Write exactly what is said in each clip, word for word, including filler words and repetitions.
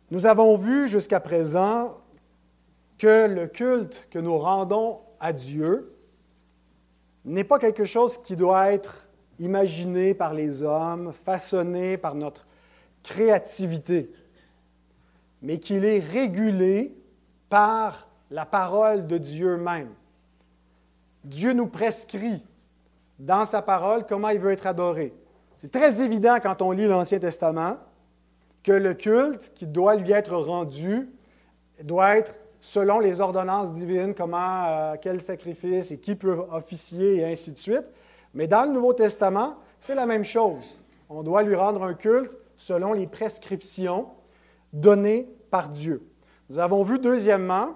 Nous avons vu jusqu'à présent que le culte que nous rendons à Dieu n'est pas quelque chose qui doit être imaginé par les hommes, façonné par notre créativité, mais qu'il est régulé par la parole de Dieu même. Dieu nous prescrit dans sa parole comment il veut être adoré. C'est très évident quand on lit l'Ancien Testament que le culte qui doit lui être rendu doit être selon les ordonnances divines, comment, euh, quel sacrifice et qui peut officier et ainsi de suite. Mais dans le Nouveau Testament, c'est la même chose. On doit lui rendre un culte selon les prescriptions données par Dieu. Nous avons vu, deuxièmement,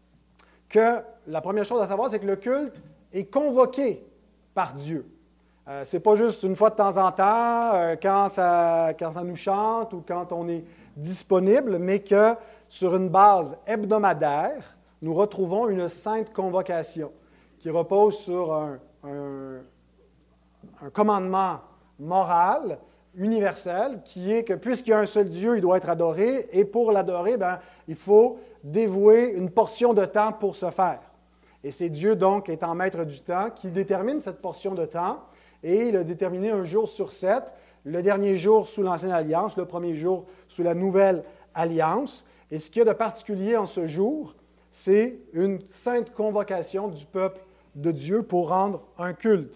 que la première chose à savoir, c'est que le culte est convoqué par Dieu. Euh, ce n'est pas juste une fois de temps en temps, euh, quand, ça, quand ça nous chante ou quand on est disponible, mais que sur une base hebdomadaire, nous retrouvons une sainte convocation qui repose sur un, un, un commandement moral, universel, qui est que puisqu'il y a un seul Dieu, il doit être adoré, et pour l'adorer, bien, il faut dévouer une portion de temps pour ce faire. Et c'est Dieu, donc, étant maître du temps, qui détermine cette portion de temps, et il a déterminé un jour sur sept, le dernier jour sous l'Ancienne Alliance, le premier jour sous la Nouvelle Alliance. Et ce qu'il y a de particulier en ce jour, c'est une sainte convocation du peuple de Dieu pour rendre un culte,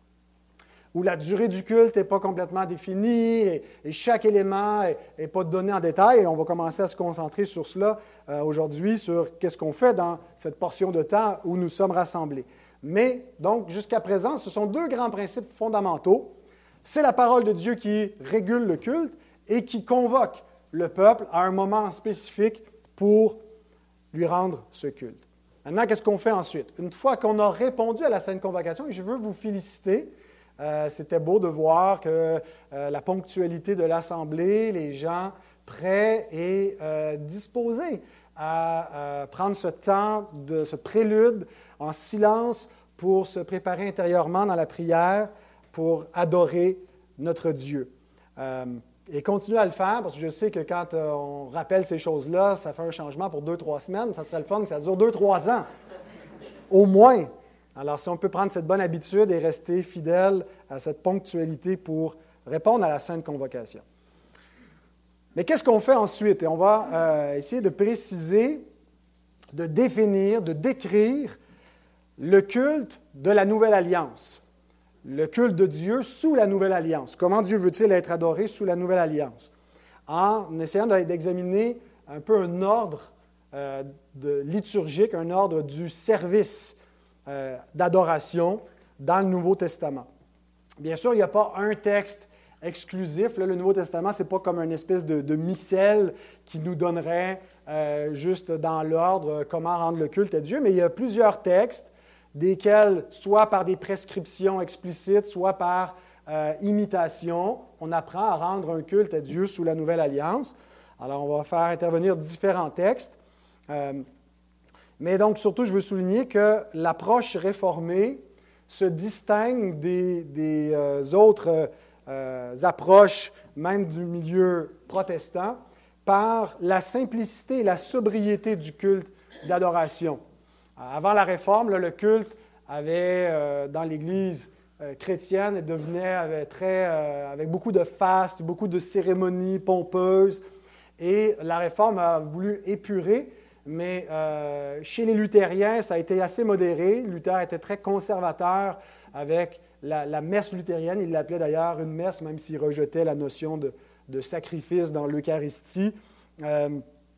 où la durée du culte n'est pas complètement définie et, et chaque élément n'est pas donné en détail. Et on va commencer à se concentrer sur cela euh, aujourd'hui, sur qu'est-ce qu'on fait dans cette portion de temps où nous sommes rassemblés. Mais, donc, jusqu'à présent, ce sont deux grands principes fondamentaux. C'est la parole de Dieu qui régule le culte et qui convoque le peuple à un moment spécifique pour lui rendre ce culte. Maintenant, qu'est-ce qu'on fait ensuite? Une fois qu'on a répondu à la sainte convocation, et je veux vous féliciter, euh, c'était beau de voir que euh, la ponctualité de l'Assemblée, les gens prêts et euh, disposés à euh, prendre ce temps, de ce prélude en silence pour se préparer intérieurement dans la prière pour adorer notre Dieu. Euh, et continuer à le faire, parce que je sais que quand euh, on rappelle ces choses-là, ça fait un changement pour deux, trois semaines. Ça serait le fun que ça dure deux, trois ans, au moins. Alors, si on peut prendre cette bonne habitude et rester fidèle à cette ponctualité pour répondre à la sainte convocation. Mais qu'est-ce qu'on fait ensuite? Et on va euh, essayer de préciser, de définir, de décrire le culte de la Nouvelle Alliance. Le culte de Dieu sous la Nouvelle Alliance. Comment Dieu veut-il être adoré sous la Nouvelle Alliance? En essayant d'examiner un peu un ordre euh, de, liturgique, un ordre du service euh, d'adoration dans le Nouveau Testament. Bien sûr, il n'y a pas un texte exclusif. Là, le Nouveau Testament, ce n'est pas comme une espèce de, de missel qui nous donnerait euh, juste dans l'ordre euh, comment rendre le culte à Dieu, mais il y a plusieurs textes desquels, soit par des prescriptions explicites, soit par euh, imitation, on apprend à rendre un culte à Dieu sous la Nouvelle Alliance. Alors, on va faire intervenir différents textes. Euh, mais donc, surtout, je veux souligner que l'approche réformée se distingue des, des euh, autres euh, approches, même du milieu protestant, par la simplicité et la sobriété du culte d'adoration. Avant la Réforme, là, le culte avait, euh, dans l'Église euh, chrétienne, devenait avait très, euh, avec beaucoup de fastes, beaucoup de cérémonies pompeuses. Et la Réforme a voulu épurer, mais euh, chez les luthériens, ça a été assez modéré. Luther était très conservateur avec la, la messe luthérienne. Il l'appelait d'ailleurs une messe, même s'il rejetait la notion de, de sacrifice dans l'Eucharistie, euh,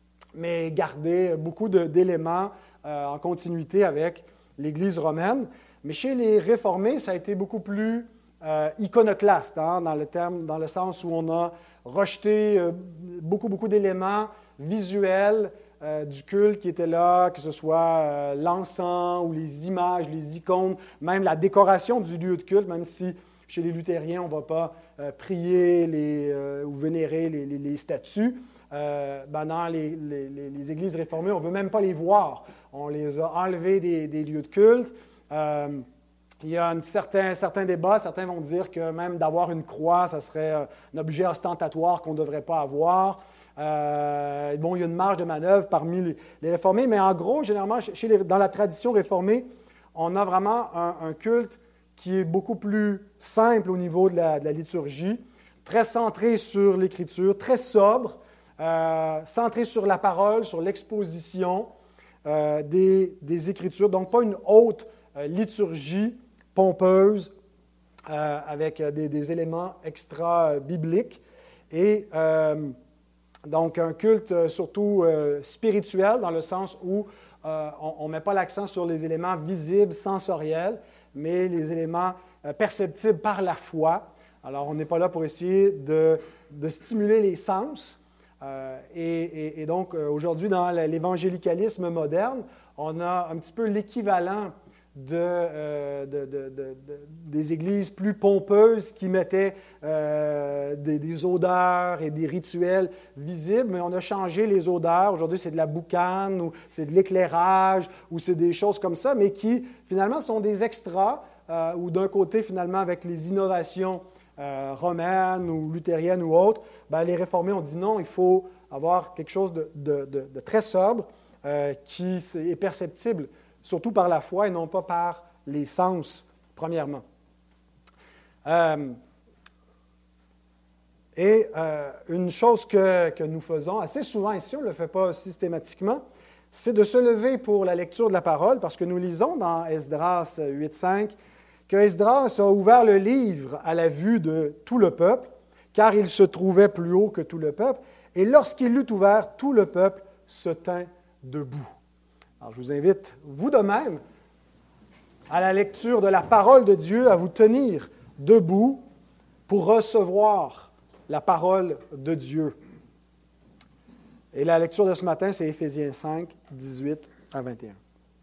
mais gardait beaucoup de, d'éléments Euh, en continuité avec l'Église romaine. Mais chez les réformés, ça a été beaucoup plus euh, iconoclaste, hein, dans le terme, dans le sens où on a rejeté euh, beaucoup, beaucoup d'éléments visuels euh, du culte qui étaient là, que ce soit euh, l'encens ou les images, les icônes, même la décoration du lieu de culte, même si chez les luthériens, on ne va pas euh, prier les, euh, ou vénérer les, les, les statues. Euh, ben dans les, les, les églises réformées, on ne veut même pas les voir. On les a enlevés des, des lieux de culte. Euh, il y a un certain, certain débat. Certains vont dire que même d'avoir une croix, ça serait un objet ostentatoire qu'on ne devrait pas avoir. Euh, bon, il y a une marge de manœuvre parmi les, les réformés, mais en gros, généralement, chez les, dans la tradition réformée, on a vraiment un, un culte qui est beaucoup plus simple au niveau de la, de la liturgie, très centré sur l'Écriture, très sobre, euh, centré sur la parole, sur l'exposition euh, des, des Écritures. Donc, pas une haute euh, liturgie pompeuse euh, avec des, des éléments extra-bibliques. Et euh, donc, un culte surtout euh, spirituel, dans le sens où euh, on ne met pas l'accent sur les éléments visibles, sensoriels, mais les éléments euh, perceptibles par la foi. Alors, on n'est pas là pour essayer de, de stimuler les sens. Euh, et, et, et donc, euh, aujourd'hui, dans l'évangélicalisme moderne, on a un petit peu l'équivalent de, euh, de, de, de, de, des églises plus pompeuses qui mettaient euh, des, des odeurs et des rituels visibles, mais on a changé les odeurs. Aujourd'hui, c'est de la boucane, ou c'est de l'éclairage, ou c'est des choses comme ça, mais qui, finalement, sont des extras, euh, ou d'un côté, finalement, avec les innovations euh, romaines ou luthériennes ou autres, ben, les réformés ont dit non, il faut avoir quelque chose de, de, de, de très sobre euh, qui est perceptible surtout par la foi et non pas par les sens, premièrement. Euh, et euh, une chose que, que nous faisons assez souvent ici, on ne le fait pas systématiquement, c'est de se lever pour la lecture de la parole, parce que nous lisons dans Esdras huit cinq que Esdras a ouvert le livre à la vue de tout le peuple, car il se trouvait plus haut que tout le peuple, et lorsqu'il l'eut ouvert, tout le peuple se tint debout. Alors, je vous invite, vous de même, à la lecture de la parole de Dieu, à vous tenir debout pour recevoir la parole de Dieu. Et la lecture de ce matin, c'est Éphésiens cinq, dix-huit à vingt et un.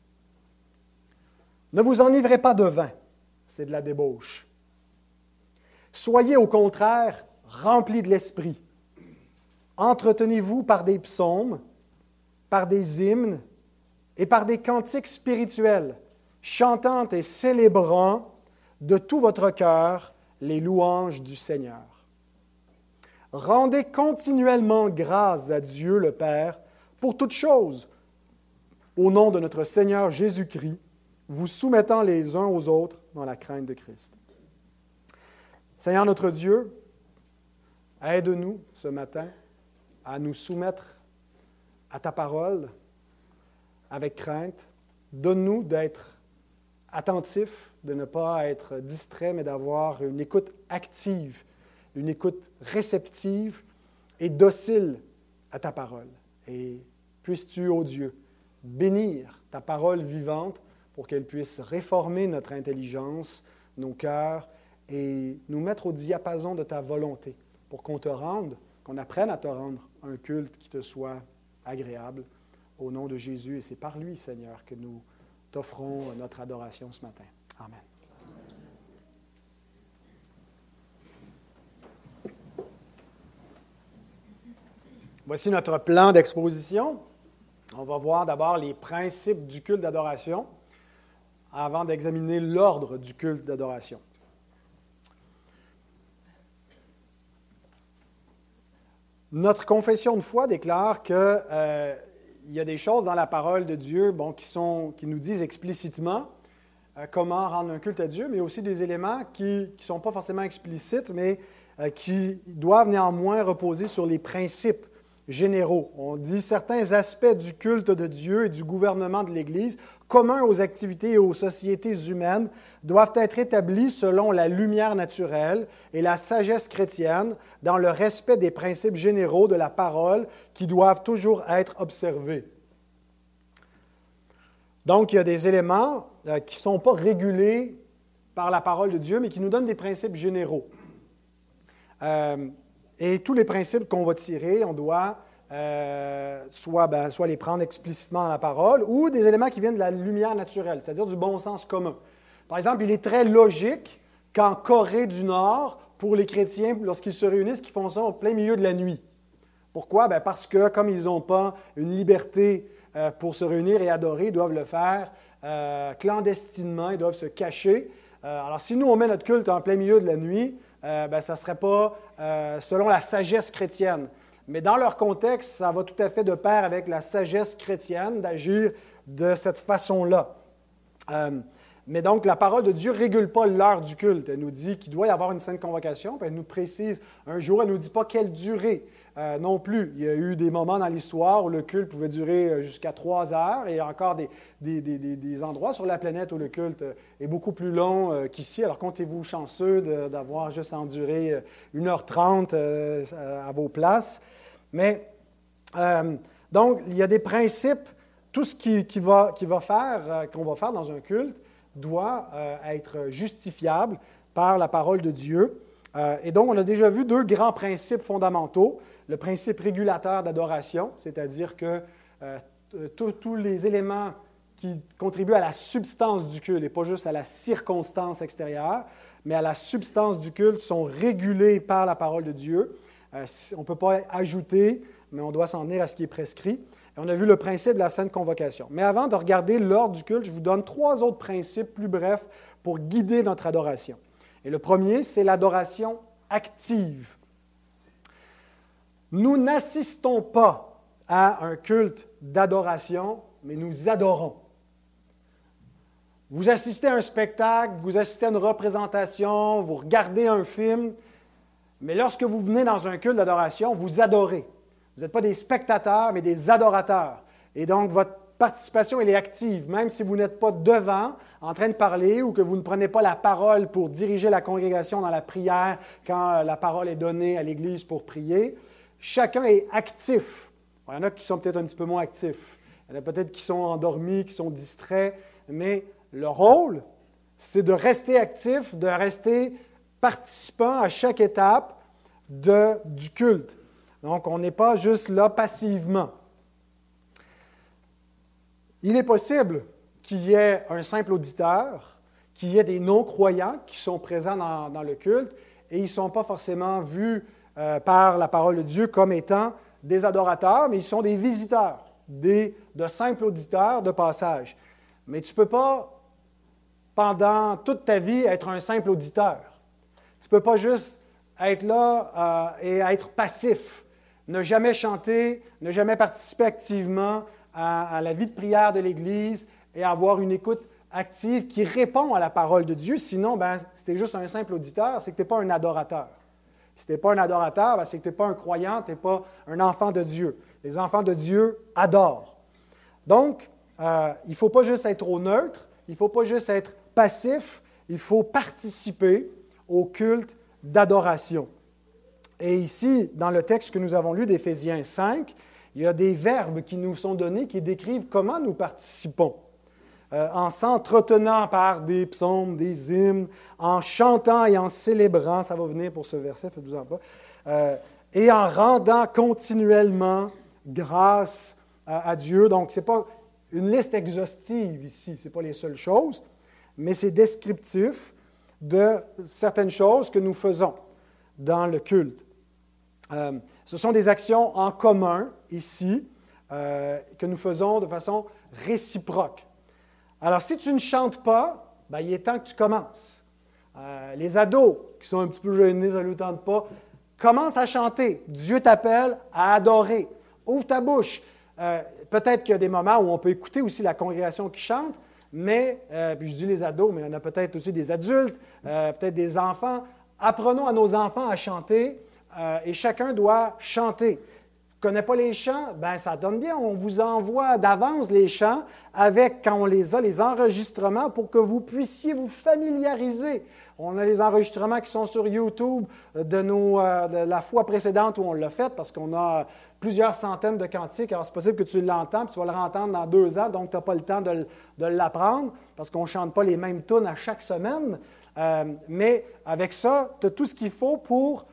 Ne vous enivrez pas de vin, c'est de la débauche. Soyez au contraire remplis de l'Esprit. Entretenez-vous par des psaumes, par des hymnes, et par des cantiques spirituels, chantant et célébrant de tout votre cœur les louanges du Seigneur. Rendez continuellement grâce à Dieu le Père pour toutes choses, au nom de notre Seigneur Jésus-Christ, vous soumettant les uns aux autres dans la crainte de Christ. Seigneur notre Dieu, aide-nous ce matin à nous soumettre à ta parole, avec crainte. Donne-nous d'être attentifs, de ne pas être distraits, mais d'avoir une écoute active, une écoute réceptive et docile à ta parole. Et puisses-tu, ô Dieu, bénir ta parole vivante pour qu'elle puisse réformer notre intelligence, nos cœurs, et nous mettre au diapason de ta volonté, pour qu'on te rende, qu'on apprenne à te rendre un culte qui te soit agréable. Au nom de Jésus, et c'est par lui, Seigneur, que nous t'offrons notre adoration ce matin. Amen. Voici notre plan d'exposition. On va voir d'abord les principes du culte d'adoration avant d'examiner l'ordre du culte d'adoration. Notre confession de foi déclare que euh, il y a des choses dans la parole de Dieu bon, qui, sont, qui nous disent explicitement euh, comment rendre un culte à Dieu, mais aussi des éléments qui ne sont pas forcément explicites, mais euh, qui doivent néanmoins reposer sur les principes généraux. On dit certains aspects du culte de Dieu et du gouvernement de l'Église, communs aux activités et aux sociétés humaines, doivent être établis selon la lumière naturelle et la sagesse chrétienne, dans le respect des principes généraux de la parole qui doivent toujours être observés. Donc, il y a des éléments euh, qui ne sont pas régulés par la parole de Dieu, mais qui nous donnent des principes généraux. Euh, et tous les principes qu'on va tirer, on doit euh, soit, ben, soit les prendre explicitement dans la parole, ou des éléments qui viennent de la lumière naturelle, c'est-à-dire du bon sens commun. Par exemple, il est très logique qu'en Corée du Nord, pour les chrétiens, lorsqu'ils se réunissent, qu'ils font ça au plein milieu de la nuit. Pourquoi? Bien parce que, comme ils n'ont pas une liberté euh, pour se réunir et adorer, ils doivent le faire euh, clandestinement, ils doivent se cacher. Euh, alors, si nous, on met notre culte en plein milieu de la nuit, euh, bien, ça ne serait pas euh, selon la sagesse chrétienne. mais dans leur contexte, ça va tout à fait de pair avec la sagesse chrétienne d'agir de cette façon-là. Euh, mais donc, la parole de Dieu ne régule pas l'heure du culte. Elle nous dit qu'il doit y avoir une sainte convocation, puis elle nous précise un jour, elle ne nous dit pas quelle durée. Euh, non plus. Il y a eu des moments dans l'histoire où le culte pouvait durer jusqu'à trois heures, et il y a encore des, des, des, des endroits sur la planète où le culte est beaucoup plus long euh, qu'ici. Alors, comptez-vous chanceux de, d'avoir juste enduré une heure trente euh, à vos places. Mais, euh, donc, il y a des principes. Tout ce qui, qui, va, qui va faire, euh, qu'on va faire dans un culte doit euh, être justifiable par la parole de Dieu. Euh, et donc, on a déjà vu deux grands principes fondamentaux. Le principe régulateur d'adoration, c'est-à-dire que euh, tous les éléments qui contribuent à la substance du culte, et pas juste à la circonstance extérieure, mais à la substance du culte, sont régulés par la parole de Dieu. Euh, on ne peut pas ajouter, mais on doit s'en tenir à ce qui est prescrit. Et on a vu le principe de la sainte convocation. Mais avant de regarder l'ordre du culte, je vous donne trois autres principes plus brefs pour guider notre adoration. Et le premier, c'est l'adoration active. Nous n'assistons pas à un culte d'adoration, mais nous adorons. Vous assistez à un spectacle, vous assistez à une représentation, vous regardez un film, mais lorsque vous venez dans un culte d'adoration, vous adorez. Vous n'êtes pas des spectateurs, mais des adorateurs. Et donc, votre participation, elle est active, même si vous n'êtes pas devant, en train de parler, ou que vous ne prenez pas la parole pour diriger la congrégation dans la prière quand la parole est donnée à l'Église pour prier. Chacun est actif. Il y en a qui sont peut-être un petit peu moins actifs. Il y en a peut-être qui sont endormis, qui sont distraits. Mais le rôle, c'est de rester actif, de rester participant à chaque étape de, du culte. Donc, on n'est pas juste là passivement. Il est possible qu'il y ait un simple auditeur, qu'il y ait des non-croyants qui sont présents dans, dans le culte et ils ne sont pas forcément vus Euh, par la parole de Dieu comme étant des adorateurs, mais ils sont des visiteurs, des, de simples auditeurs de passage. Mais tu ne peux pas, pendant toute ta vie, être un simple auditeur. Tu ne peux pas juste être là euh, et être passif, ne jamais chanter, ne jamais participer activement à, à la vie de prière de l'Église et avoir une écoute active qui répond à la parole de Dieu. Sinon, ben, si tu es juste un simple auditeur, c'est que tu n'es pas un adorateur. Si tu n'es pas un adorateur, ben c'est que tu n'es pas un croyant, tu n'es pas un enfant de Dieu. Les enfants de Dieu adorent. Donc, euh, il ne faut pas juste être au neutre, il ne faut pas juste être passif, il faut participer au culte d'adoration. Et ici, dans le texte que nous avons lu d'Éphésiens cinq, il y a des verbes qui nous sont donnés qui décrivent comment nous participons. Euh, en s'entretenant par des psaumes, des hymnes, en chantant et en célébrant, ça va venir pour ce verset, faites-vous-en pas, euh, et en rendant continuellement grâce à, à Dieu. Donc, ce n'est pas une liste exhaustive ici, ce n'est pas les seules choses, mais c'est descriptif de certaines choses que nous faisons dans le culte. Euh, ce sont des actions en commun ici, euh, que nous faisons de façon réciproque. Alors, si tu ne chantes pas, bien, il est temps que tu commences. Euh, les ados qui sont un petit peu gênés, ça ne leur tente pas, commence à chanter. Dieu t'appelle à adorer. Ouvre ta bouche. Euh, peut-être qu'il y a des moments où on peut écouter aussi la congrégation qui chante, mais, euh, puis je dis les ados, mais il y en a peut-être aussi des adultes, euh, peut-être des enfants. Apprenons à nos enfants à chanter euh, et chacun doit chanter. Tu ne connais pas les chants? Bien, ça donne bien. On vous envoie d'avance les chants avec, quand on les a, les enregistrements pour que vous puissiez vous familiariser. On a les enregistrements qui sont sur YouTube de, nos, euh, de la fois précédente où on l'a fait parce qu'on a plusieurs centaines de cantiques. Alors, c'est possible que tu l'entends, puis tu vas le entendre dans deux ans, donc tu n'as pas le temps de, de l'apprendre parce qu'on ne chante pas les mêmes tunes à chaque semaine. Euh, mais avec ça, tu as tout ce qu'il faut pour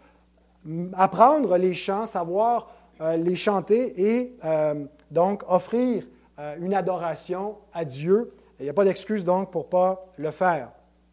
apprendre les chants, savoir euh, les chanter et euh, donc offrir euh, une adoration à Dieu. Il n'y a pas d'excuse donc pour ne pas le faire.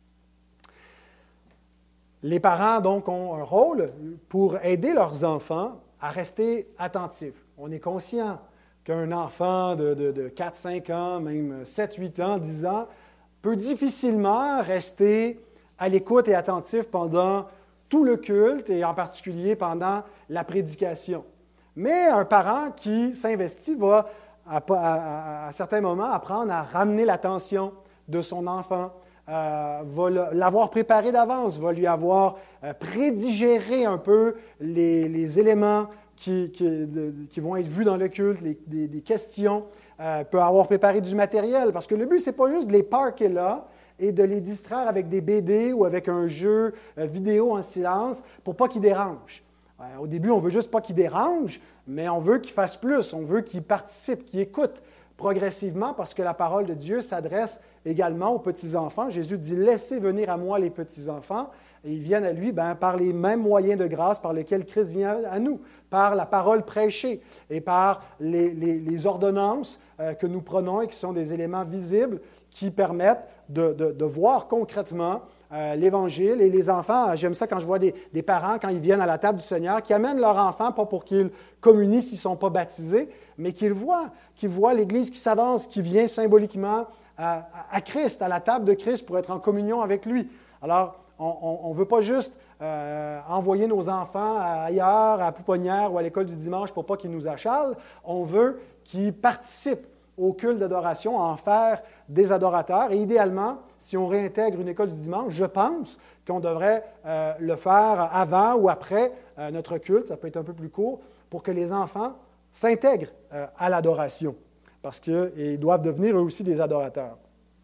Les parents donc ont un rôle pour aider leurs enfants à rester attentifs. On est conscient qu'un enfant de, de, de quatre cinq ans, même sept huit ans, dix ans, peut difficilement rester à l'écoute et attentif pendant tout le culte et en particulier pendant la prédication. Mais un parent qui s'investit va, à, à, à certains moments, apprendre à ramener l'attention de son enfant, euh, va l'avoir préparé d'avance, va lui avoir euh, prédigéré un peu les, les éléments qui, qui, de, qui vont être vus dans le culte, les, des, des questions, euh, peut avoir préparé du matériel. Parce que le but, ce n'est pas juste de les parquer là et de les distraire avec des B D ou avec un jeu euh, vidéo en silence pour pas qu'ils dérangent. Euh, au début, on veut juste pas qu'ils dérangent, mais on veut qu'ils fassent plus, on veut qu'ils participent, qu'ils écoutent progressivement parce que la parole de Dieu s'adresse également aux petits-enfants. Jésus dit « Laissez venir à moi les petits-enfants ». Et ils viennent à lui ben, par les mêmes moyens de grâce par lesquels Christ vient à nous, par la parole prêchée et par les, les, les ordonnances euh, que nous prenons et qui sont des éléments visibles qui permettent de, de, de voir concrètement euh, l'Évangile. Et les enfants, j'aime ça quand je vois des, des parents, quand ils viennent à la table du Seigneur, qui amènent leurs enfants, pas pour qu'ils communient s'ils ne sont pas baptisés, mais qu'ils voient, qu'ils voient l'Église qui s'avance, qui vient symboliquement à, à Christ, à la table de Christ pour être en communion avec lui. Alors, on ne veut pas juste euh, envoyer nos enfants ailleurs, à Pouponnière ou à l'école du dimanche pour pas qu'ils nous achalent. On veut qu'ils participent au culte d'adoration, à en faire des adorateurs. Et idéalement, si on réintègre une école du dimanche, je pense qu'on devrait euh, le faire avant ou après euh, notre culte, ça peut être un peu plus court, pour que les enfants s'intègrent euh, à l'adoration, parce qu'ils doivent devenir eux aussi des adorateurs.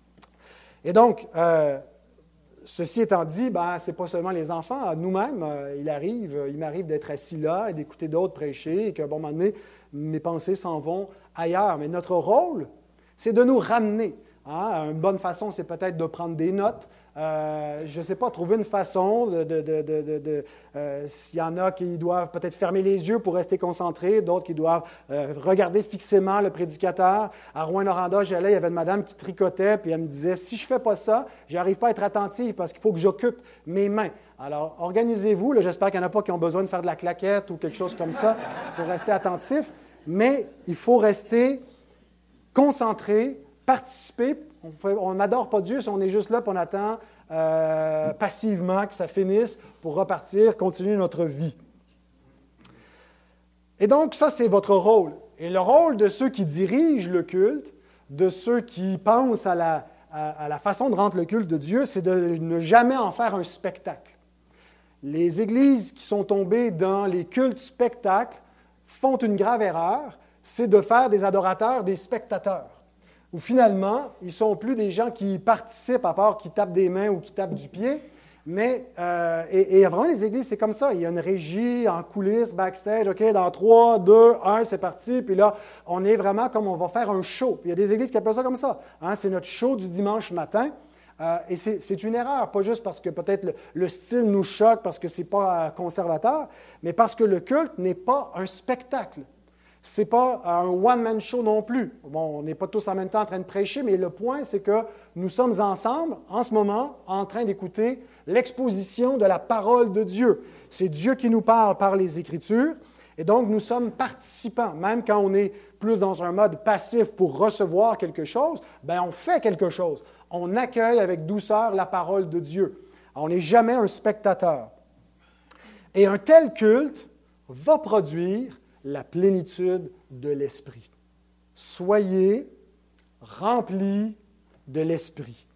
Et donc, euh, ceci étant dit, ben, ce n'est pas seulement les enfants. Nous-mêmes, euh, il arrive, il m'arrive d'être assis là et d'écouter d'autres prêcher et qu'à un moment donné, mes pensées s'en vont ailleurs. Mais notre rôle, c'est de nous ramener. Hein? Une bonne façon, c'est peut-être de prendre des notes. Euh, je ne sais pas, trouver une façon de... de, de, de, de, de euh, s'il y en a qui doivent peut-être fermer les yeux pour rester concentrés, d'autres qui doivent euh, regarder fixément le prédicateur. À Rouyn-Noranda, j'allais, il y avait une madame qui tricotait, puis elle me disait, si je ne fais pas ça, je n'arrive pas à être attentive parce qu'il faut que j'occupe mes mains. Alors, organisez-vous. Là, j'espère qu'il n'y en a pas qui ont besoin de faire de la claquette ou quelque chose comme ça pour rester attentif. Mais il faut rester concentré, participer. On n'adore pas Dieu si on est juste là et on attend euh, passivement que ça finisse pour repartir, continuer notre vie. Et donc, ça, c'est votre rôle. Et le rôle de ceux qui dirigent le culte, de ceux qui pensent à la, à, à la façon de rendre le culte de Dieu, c'est de ne jamais en faire un spectacle. Les églises qui sont tombées dans les cultes spectacles font une grave erreur, c'est de faire des adorateurs des spectateurs. Où finalement, ils ne sont plus des gens qui participent, à part qui tapent des mains ou qui tapent du pied. Mais, euh, et, et vraiment, les églises, c'est comme ça. Il y a une régie en coulisses, backstage. OK, dans trois, deux, un, c'est parti. Puis là, on est vraiment comme on va faire un show. Puis il y a des églises qui appellent ça comme ça. Hein, c'est notre show du dimanche matin. Euh, et c'est, c'est une erreur, pas juste parce que peut-être le, le style nous choque, parce que ce n'est pas euh, conservateur, mais parce que le culte n'est pas un spectacle. Ce n'est pas un one-man show non plus. Bon, on n'est pas tous en même temps en train de prêcher, mais le point, c'est que nous sommes ensemble, en ce moment, en train d'écouter l'exposition de la parole de Dieu. C'est Dieu qui nous parle par les Écritures, et donc nous sommes participants. Même quand on est plus dans un mode passif pour recevoir quelque chose, bien, on fait quelque chose. On accueille avec douceur la parole de Dieu. On n'est jamais un spectateur. Et un tel culte va produire la plénitude de l'Esprit. Soyez remplis de l'Esprit.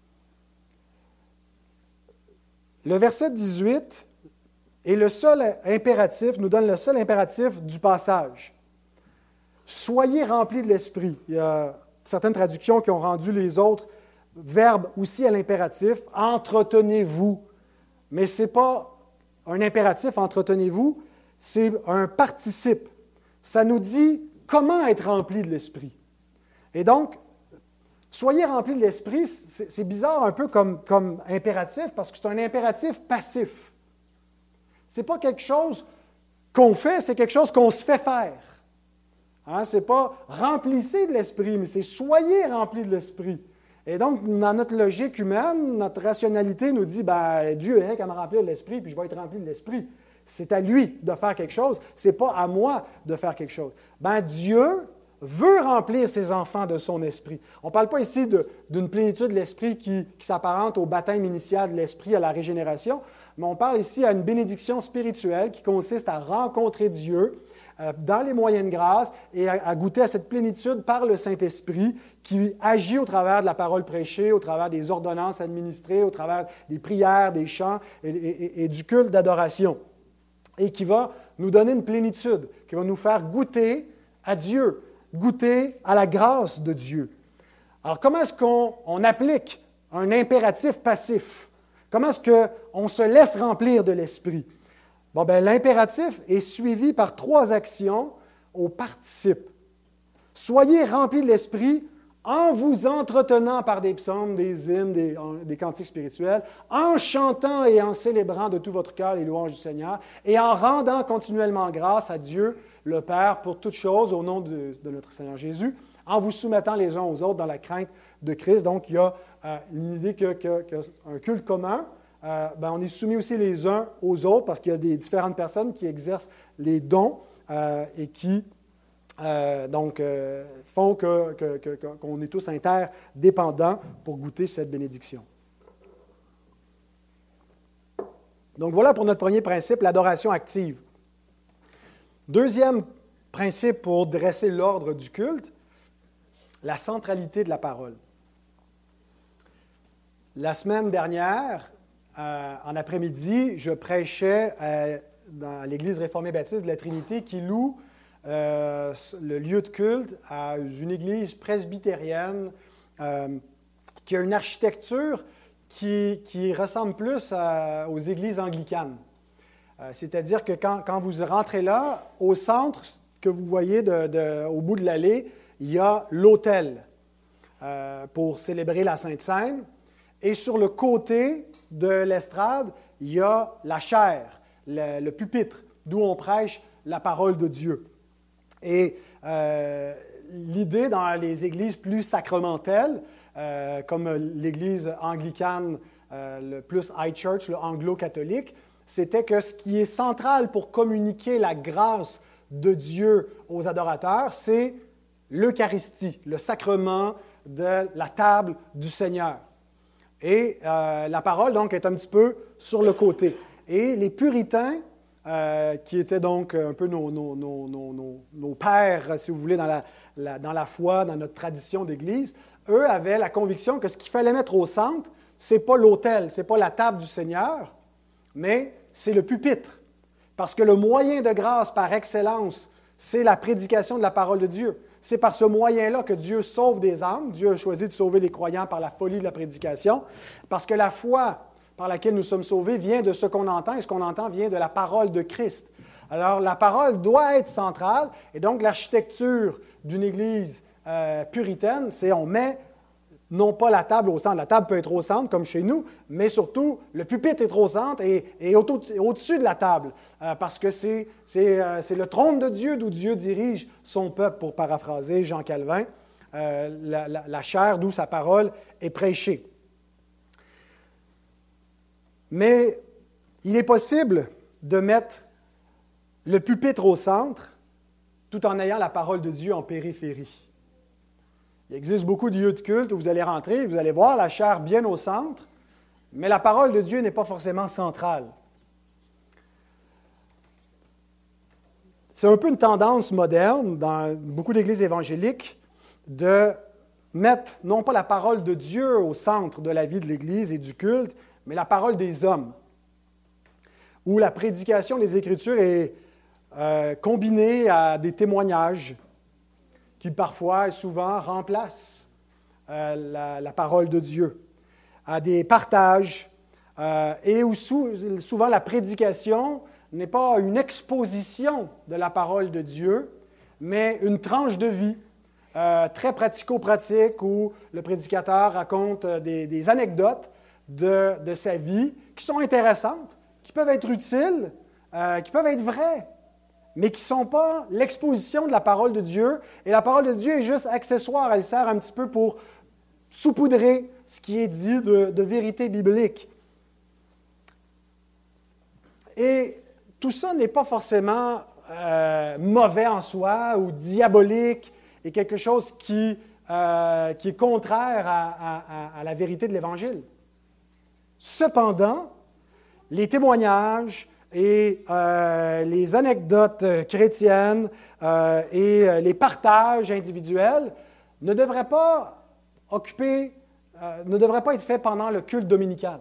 Le verset dix-huit est le seul impératif, nous donne le seul impératif du passage. Soyez remplis de l'Esprit. Il y a certaines traductions qui ont rendu les autres verbes aussi à l'impératif. Entretenez-vous. Mais ce n'est pas un impératif, entretenez-vous. C'est un participe. Ça nous dit comment être rempli de l'Esprit. Et donc, soyez remplis de l'Esprit, c'est, c'est bizarre un peu comme, comme impératif, parce que c'est un impératif passif. Ce n'est pas quelque chose qu'on fait, c'est quelque chose qu'on se fait faire. Hein, ce n'est pas remplissez de l'Esprit, mais c'est soyez remplis de l'Esprit. Et donc, dans notre logique humaine, notre rationalité nous dit, ben, Dieu est qu'à me remplir de l'Esprit, puis je vais être rempli de l'Esprit. C'est à lui de faire quelque chose, ce n'est pas à moi de faire quelque chose. Ben, Dieu veut remplir ses enfants de son esprit. On ne parle pas ici de, d'une plénitude de l'esprit qui, qui s'apparente au baptême initial de l'esprit, à la régénération, mais on parle ici à une bénédiction spirituelle qui consiste à rencontrer Dieu, euh, dans les moyennes grâces et à, à goûter à cette plénitude par le Saint-Esprit qui agit au travers de la parole prêchée, au travers des ordonnances administrées, au travers des prières, des chants et, et, et du culte d'adoration. Et qui va nous donner une plénitude, qui va nous faire goûter à Dieu, goûter à la grâce de Dieu. Alors, comment est-ce qu'on on applique un impératif passif? Comment est-ce qu'on se laisse remplir de l'Esprit? Bon, bien, l'impératif est suivi par trois actions au participe. Soyez remplis de l'Esprit en vous entretenant par des psaumes, des hymnes, des, des cantiques spirituels, en chantant et en célébrant de tout votre cœur les louanges du Seigneur et en rendant continuellement grâce à Dieu, le Père, pour toutes choses au nom de, de notre Seigneur Jésus, en vous soumettant les uns aux autres dans la crainte de Christ. Donc, il y a euh, l'idée qu'un que, que culte commun, euh, ben, on est soumis aussi les uns aux autres parce qu'il y a des différentes personnes qui exercent les dons euh, et qui euh, donc, euh, font que, que, que, qu'on est tous interdépendants pour goûter cette bénédiction. Donc, voilà pour notre premier principe, l'adoration active. Deuxième principe pour dresser l'ordre du culte, la centralité de la parole. La semaine dernière, euh, en après-midi, je prêchais euh, dans l'Église réformée baptiste de la Trinité qui loue euh, le lieu de culte à une église presbytérienne euh, qui a une architecture qui, qui ressemble plus à, aux églises anglicanes. Euh, c'est-à-dire que quand, quand vous rentrez là, au centre, que vous voyez de, de, au bout de l'allée, il y a l'autel euh, pour célébrer la Sainte Seine. Et sur le côté de l'estrade, il y a la chaire, le, le pupitre, d'où on prêche la parole de Dieu. Et euh, l'idée dans les églises plus sacramentelles, euh, comme l'église anglicane, euh, le plus high church, le anglo-catholique, c'était que ce qui est central pour communiquer la grâce de Dieu aux adorateurs, c'est l'Eucharistie, le sacrement de la table du Seigneur. Et euh, la parole, donc, est un petit peu sur le côté. Et les puritains, euh, qui étaient donc un peu nos, nos, nos, nos, nos pères, si vous voulez, dans la, la, dans la foi, dans notre tradition d'Église, eux avaient la conviction que ce qu'il fallait mettre au centre, ce n'est pas l'autel, ce n'est pas la table du Seigneur, mais c'est le pupitre. Parce que le moyen de grâce par excellence, c'est la prédication de la parole de Dieu. C'est par ce moyen-là que Dieu sauve des âmes. Dieu a choisi de sauver les croyants par la folie de la prédication, parce que la foi par laquelle nous sommes sauvés vient de ce qu'on entend, et ce qu'on entend vient de la parole de Christ. Alors, la parole doit être centrale, et donc l'architecture d'une Église euh, puritaine, c'est on met non pas la table au centre. La table peut être au centre, comme chez nous, mais surtout, le pupitre est au centre et, et au, au-dessus de la table, euh, parce que c'est, c'est, euh, c'est le trône de Dieu d'où Dieu dirige son peuple, pour paraphraser Jean Calvin, euh, la, la, la chair d'où sa parole est prêchée. Mais il est possible de mettre le pupitre au centre tout en ayant la parole de Dieu en périphérie. Il existe beaucoup de lieux de culte où vous allez rentrer et vous allez voir la chair bien au centre, mais la parole de Dieu n'est pas forcément centrale. C'est un peu une tendance moderne dans beaucoup d'églises évangéliques de mettre non pas la parole de Dieu au centre de la vie de l'Église et du culte, mais la parole des hommes, où la prédication des Écritures est euh, combinée à des témoignages qui parfois et souvent remplacent euh, la, la parole de Dieu, à des partages, euh, et où sou, souvent la prédication n'est pas une exposition de la parole de Dieu, mais une tranche de vie euh, très pratico-pratique où le prédicateur raconte des, des anecdotes de, de sa vie qui sont intéressantes, qui peuvent être utiles, euh, qui peuvent être vraies, mais qui ne sont pas l'exposition de la parole de Dieu. Et la parole de Dieu est juste accessoire, elle sert un petit peu pour saupoudrer ce qui est dit de, de vérité biblique. Et tout ça n'est pas forcément euh, mauvais en soi ou diabolique et quelque chose qui, euh, qui est contraire à, à, à la vérité de l'Évangile. Cependant, les témoignages et euh, les anecdotes chrétiennes euh, et les partages individuels ne devraient pas occuper, euh, ne devraient pas être faits pendant le culte dominical.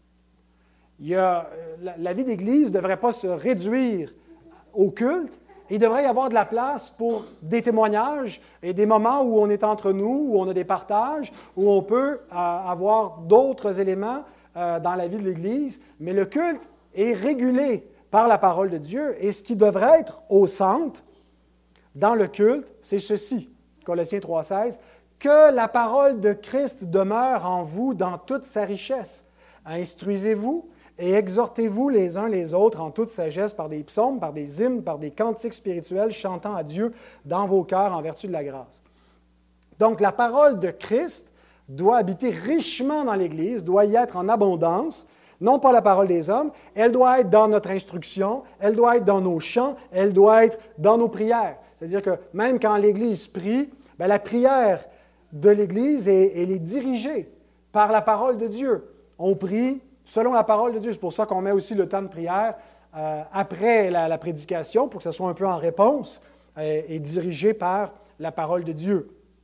Il y a, la, la vie d'Église ne devrait pas se réduire au culte. Il devrait y avoir de la place pour des témoignages et des moments où on est entre nous, où on a des partages, où on peut euh, avoir d'autres éléments euh, dans la vie de l'Église. Mais le culte est régulé par la parole de Dieu. Et ce qui devrait être au centre dans le culte, c'est ceci, Colossiens trois seize, « Que la parole de Christ demeure en vous dans toute sa richesse. Instruisez-vous et exhortez-vous les uns les autres en toute sagesse par des psaumes, par des hymnes, par des cantiques spirituels, chantant à Dieu dans vos cœurs en vertu de la grâce. » Donc, la parole de Christ doit habiter richement dans l'Église, doit y être en abondance, non pas la parole des hommes, elle doit être dans notre instruction, elle doit être dans nos chants, elle doit être dans nos prières. C'est-à-dire que même quand l'Église prie, bien, la prière de l'Église, est, elle est dirigée par la parole de Dieu. On prie selon la parole de Dieu. C'est pour ça qu'on met aussi le temps de prière euh, après la, la prédication, pour que ce soit un peu en réponse euh, et dirigé par la parole de Dieu.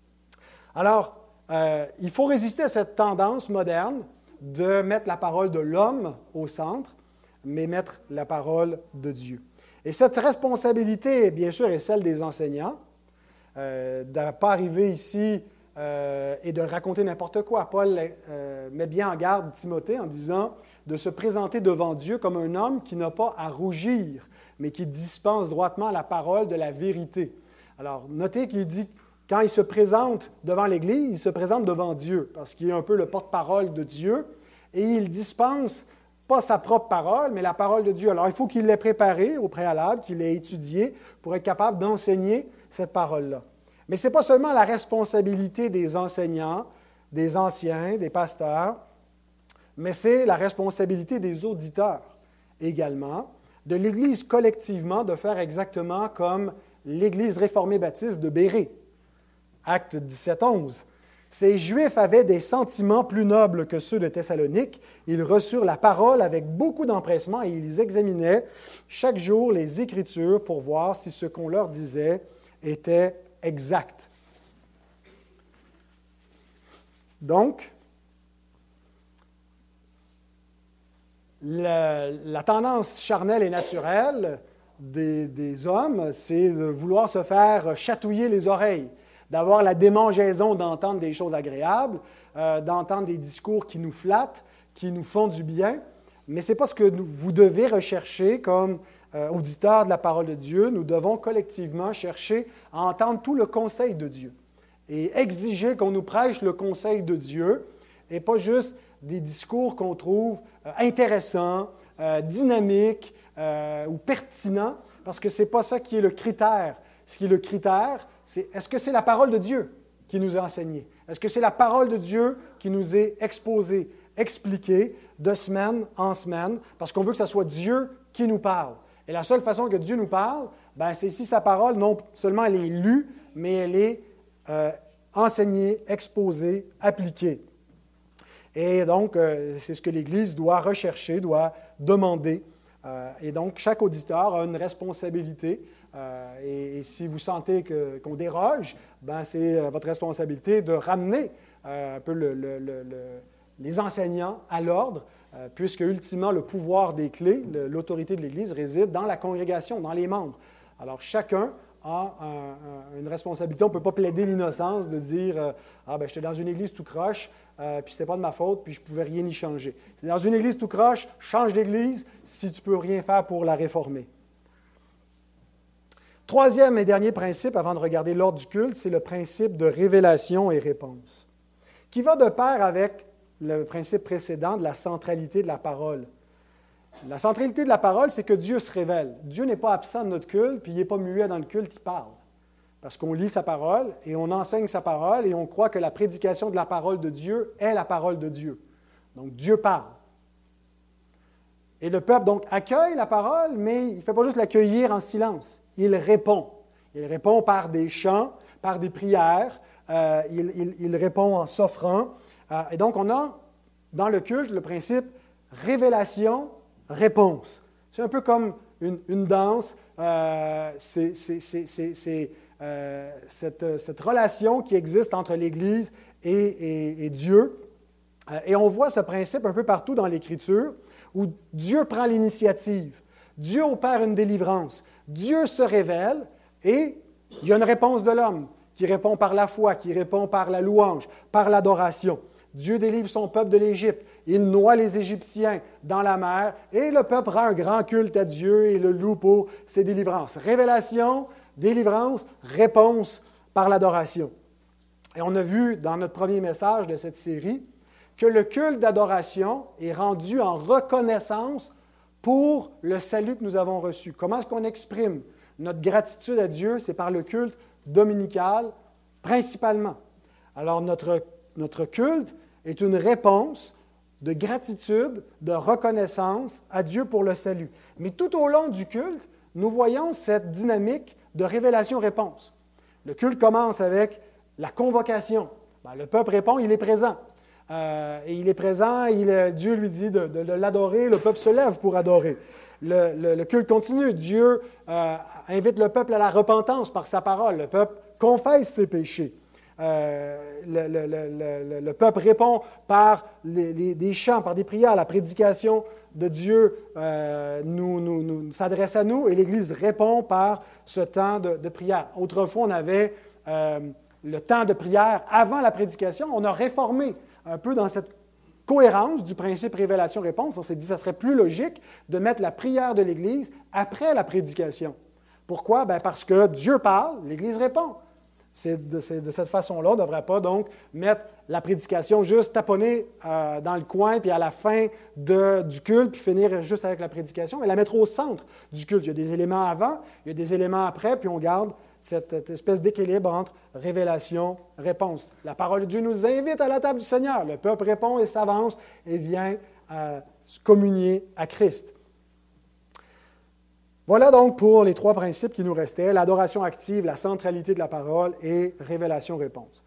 Alors, euh, il faut résister à cette tendance moderne de mettre la parole de l'homme au centre, mais mettre la parole de Dieu. Et cette responsabilité, bien sûr, est celle des enseignants, euh, de ne pas arriver ici Euh, et de raconter n'importe quoi. Paul euh, met bien en garde Timothée en disant de se présenter devant Dieu comme un homme qui n'a pas à rougir, mais qui dispense droitement la parole de la vérité. Alors, notez qu'il dit, quand il se présente devant l'Église, il se présente devant Dieu, parce qu'il est un peu le porte-parole de Dieu, et il dispense pas sa propre parole, mais la parole de Dieu. Alors, il faut qu'il l'ait préparée au préalable, qu'il l'ait étudiée pour être capable d'enseigner cette parole-là. Mais ce n'est pas seulement la responsabilité des enseignants, des anciens, des pasteurs, mais c'est la responsabilité des auditeurs également, de l'Église collectivement de faire exactement comme l'Église réformée baptiste de Bérée. Acte dix-sept onze. Ces Juifs avaient des sentiments plus nobles que ceux de Thessalonique. Ils reçurent la parole avec beaucoup d'empressement et ils examinaient chaque jour les Écritures pour voir si ce qu'on leur disait était exact. Donc, la, la tendance charnelle et naturelle des, des hommes, c'est de vouloir se faire chatouiller les oreilles, d'avoir la démangeaison d'entendre des choses agréables, euh, d'entendre des discours qui nous flattent, qui nous font du bien, mais ce n'est pas ce que nous, vous devez rechercher comme Euh, auditeurs de la parole de Dieu. Nous devons collectivement chercher à entendre tout le conseil de Dieu et exiger qu'on nous prêche le conseil de Dieu et pas juste des discours qu'on trouve euh, intéressants, euh, dynamiques euh, ou pertinents, parce que ce n'est pas ça qui est le critère. Ce qui est le critère, c'est est-ce que c'est la parole de Dieu qui nous a enseigné? Est-ce que c'est la parole de Dieu qui nous est exposée, expliquée de semaine en semaine, parce qu'on veut que ce soit Dieu qui nous parle. Et la seule façon que Dieu nous parle, ben, c'est si sa parole, non seulement elle est lue, mais elle est euh, enseignée, exposée, appliquée. Et donc, euh, c'est ce que l'Église doit rechercher, doit demander. Euh, et donc, chaque auditeur a une responsabilité. Euh, et, et si vous sentez que, qu'on déroge, ben, c'est euh, votre responsabilité de ramener euh, un peu le, le, le, le, les enseignants à l'ordre, Euh, puisque, ultimement, le pouvoir des clés, le, l'autorité de l'Église réside dans la congrégation, dans les membres. Alors, chacun a un, un, une responsabilité. On ne peut pas plaider l'innocence de dire euh, « Ah, ben j'étais dans une Église tout croche, euh, puis c'était pas de ma faute, puis je ne pouvais rien y changer. » C'est dans une Église tout croche, change d'Église si tu ne peux rien faire pour la réformer. Troisième et dernier principe, avant de regarder l'ordre du culte, c'est le principe de révélation et réponse, qui va de pair avec le principe précédent de la centralité de la parole. La centralité de la parole, c'est que Dieu se révèle. Dieu n'est pas absent de notre culte, puis il n'est pas muet dans le culte, il parle. Parce qu'on lit sa parole et on enseigne sa parole et on croit que la prédication de la parole de Dieu est la parole de Dieu. Donc Dieu parle. Et le peuple donc accueille la parole, mais il ne fait pas juste l'accueillir en silence. Il répond. Il répond par des chants, par des prières, euh, il, il, il répond en s'offrant. Euh, et donc, on a dans le culte le principe révélation-réponse. C'est un peu comme une, une danse, euh, c'est, c'est, c'est, c'est, c'est euh, cette, cette relation qui existe entre l'Église et, et, et Dieu. Euh, et on voit ce principe un peu partout dans l'Écriture, où Dieu prend l'initiative, Dieu opère une délivrance, Dieu se révèle et il y a une réponse de l'homme qui répond par la foi, qui répond par la louange, par l'adoration. Dieu délivre son peuple de l'Égypte. Il noie les Égyptiens dans la mer et le peuple rend un grand culte à Dieu et le loue pour ses délivrances. Révélation, délivrance, réponse par l'adoration. Et on a vu dans notre premier message de cette série que le culte d'adoration est rendu en reconnaissance pour le salut que nous avons reçu. Comment est-ce qu'on exprime notre gratitude à Dieu? C'est par le culte dominical, principalement. Alors, notre, notre culte est une réponse de gratitude, de reconnaissance à Dieu pour le salut. Mais tout au long du culte, nous voyons cette dynamique de révélation-réponse. Le culte commence avec la convocation. Ben, le peuple répond, il est présent. Euh, et il est présent, il, Dieu lui dit de, de, de l'adorer, le peuple se lève pour adorer. Le, le, le culte continue, Dieu euh, invite le peuple à la repentance par sa parole, le peuple confesse ses péchés. Euh, le, le, le, le peuple répond par les, les, des chants, par des prières, la prédication de Dieu euh, nous, nous, nous, s'adresse à nous et l'Église répond par ce temps de, de prière. Autrefois, on avait euh, le temps de prière avant la prédication, on a réformé un peu dans cette cohérence du principe révélation-réponse. On s'est dit que ce serait plus logique de mettre la prière de l'Église après la prédication. Pourquoi? Bien parce que Dieu parle, l'Église répond. C'est de, c'est de cette façon-là, on ne devrait pas donc mettre la prédication juste taponnée euh, dans le coin, puis à la fin de, du culte, puis finir juste avec la prédication, mais la mettre au centre du culte. Il y a des éléments avant, il y a des éléments après, puis on garde cette, cette espèce d'équilibre entre révélation, réponse. La parole de Dieu nous invite à la table du Seigneur. Le peuple répond et s'avance et vient euh, se communier à Christ. Voilà donc pour les trois principes qui nous restaient, l'adoration active, la centralité de la parole et révélation-réponse.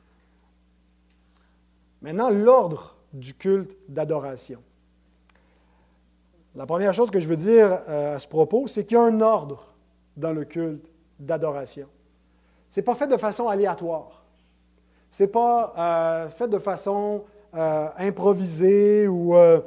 Maintenant, l'ordre du culte d'adoration. La première chose que je veux dire euh, à ce propos, c'est qu'il y a un ordre dans le culte d'adoration. Ce n'est pas fait de façon aléatoire. Ce n'est pas euh, fait de façon euh, improvisée ou euh,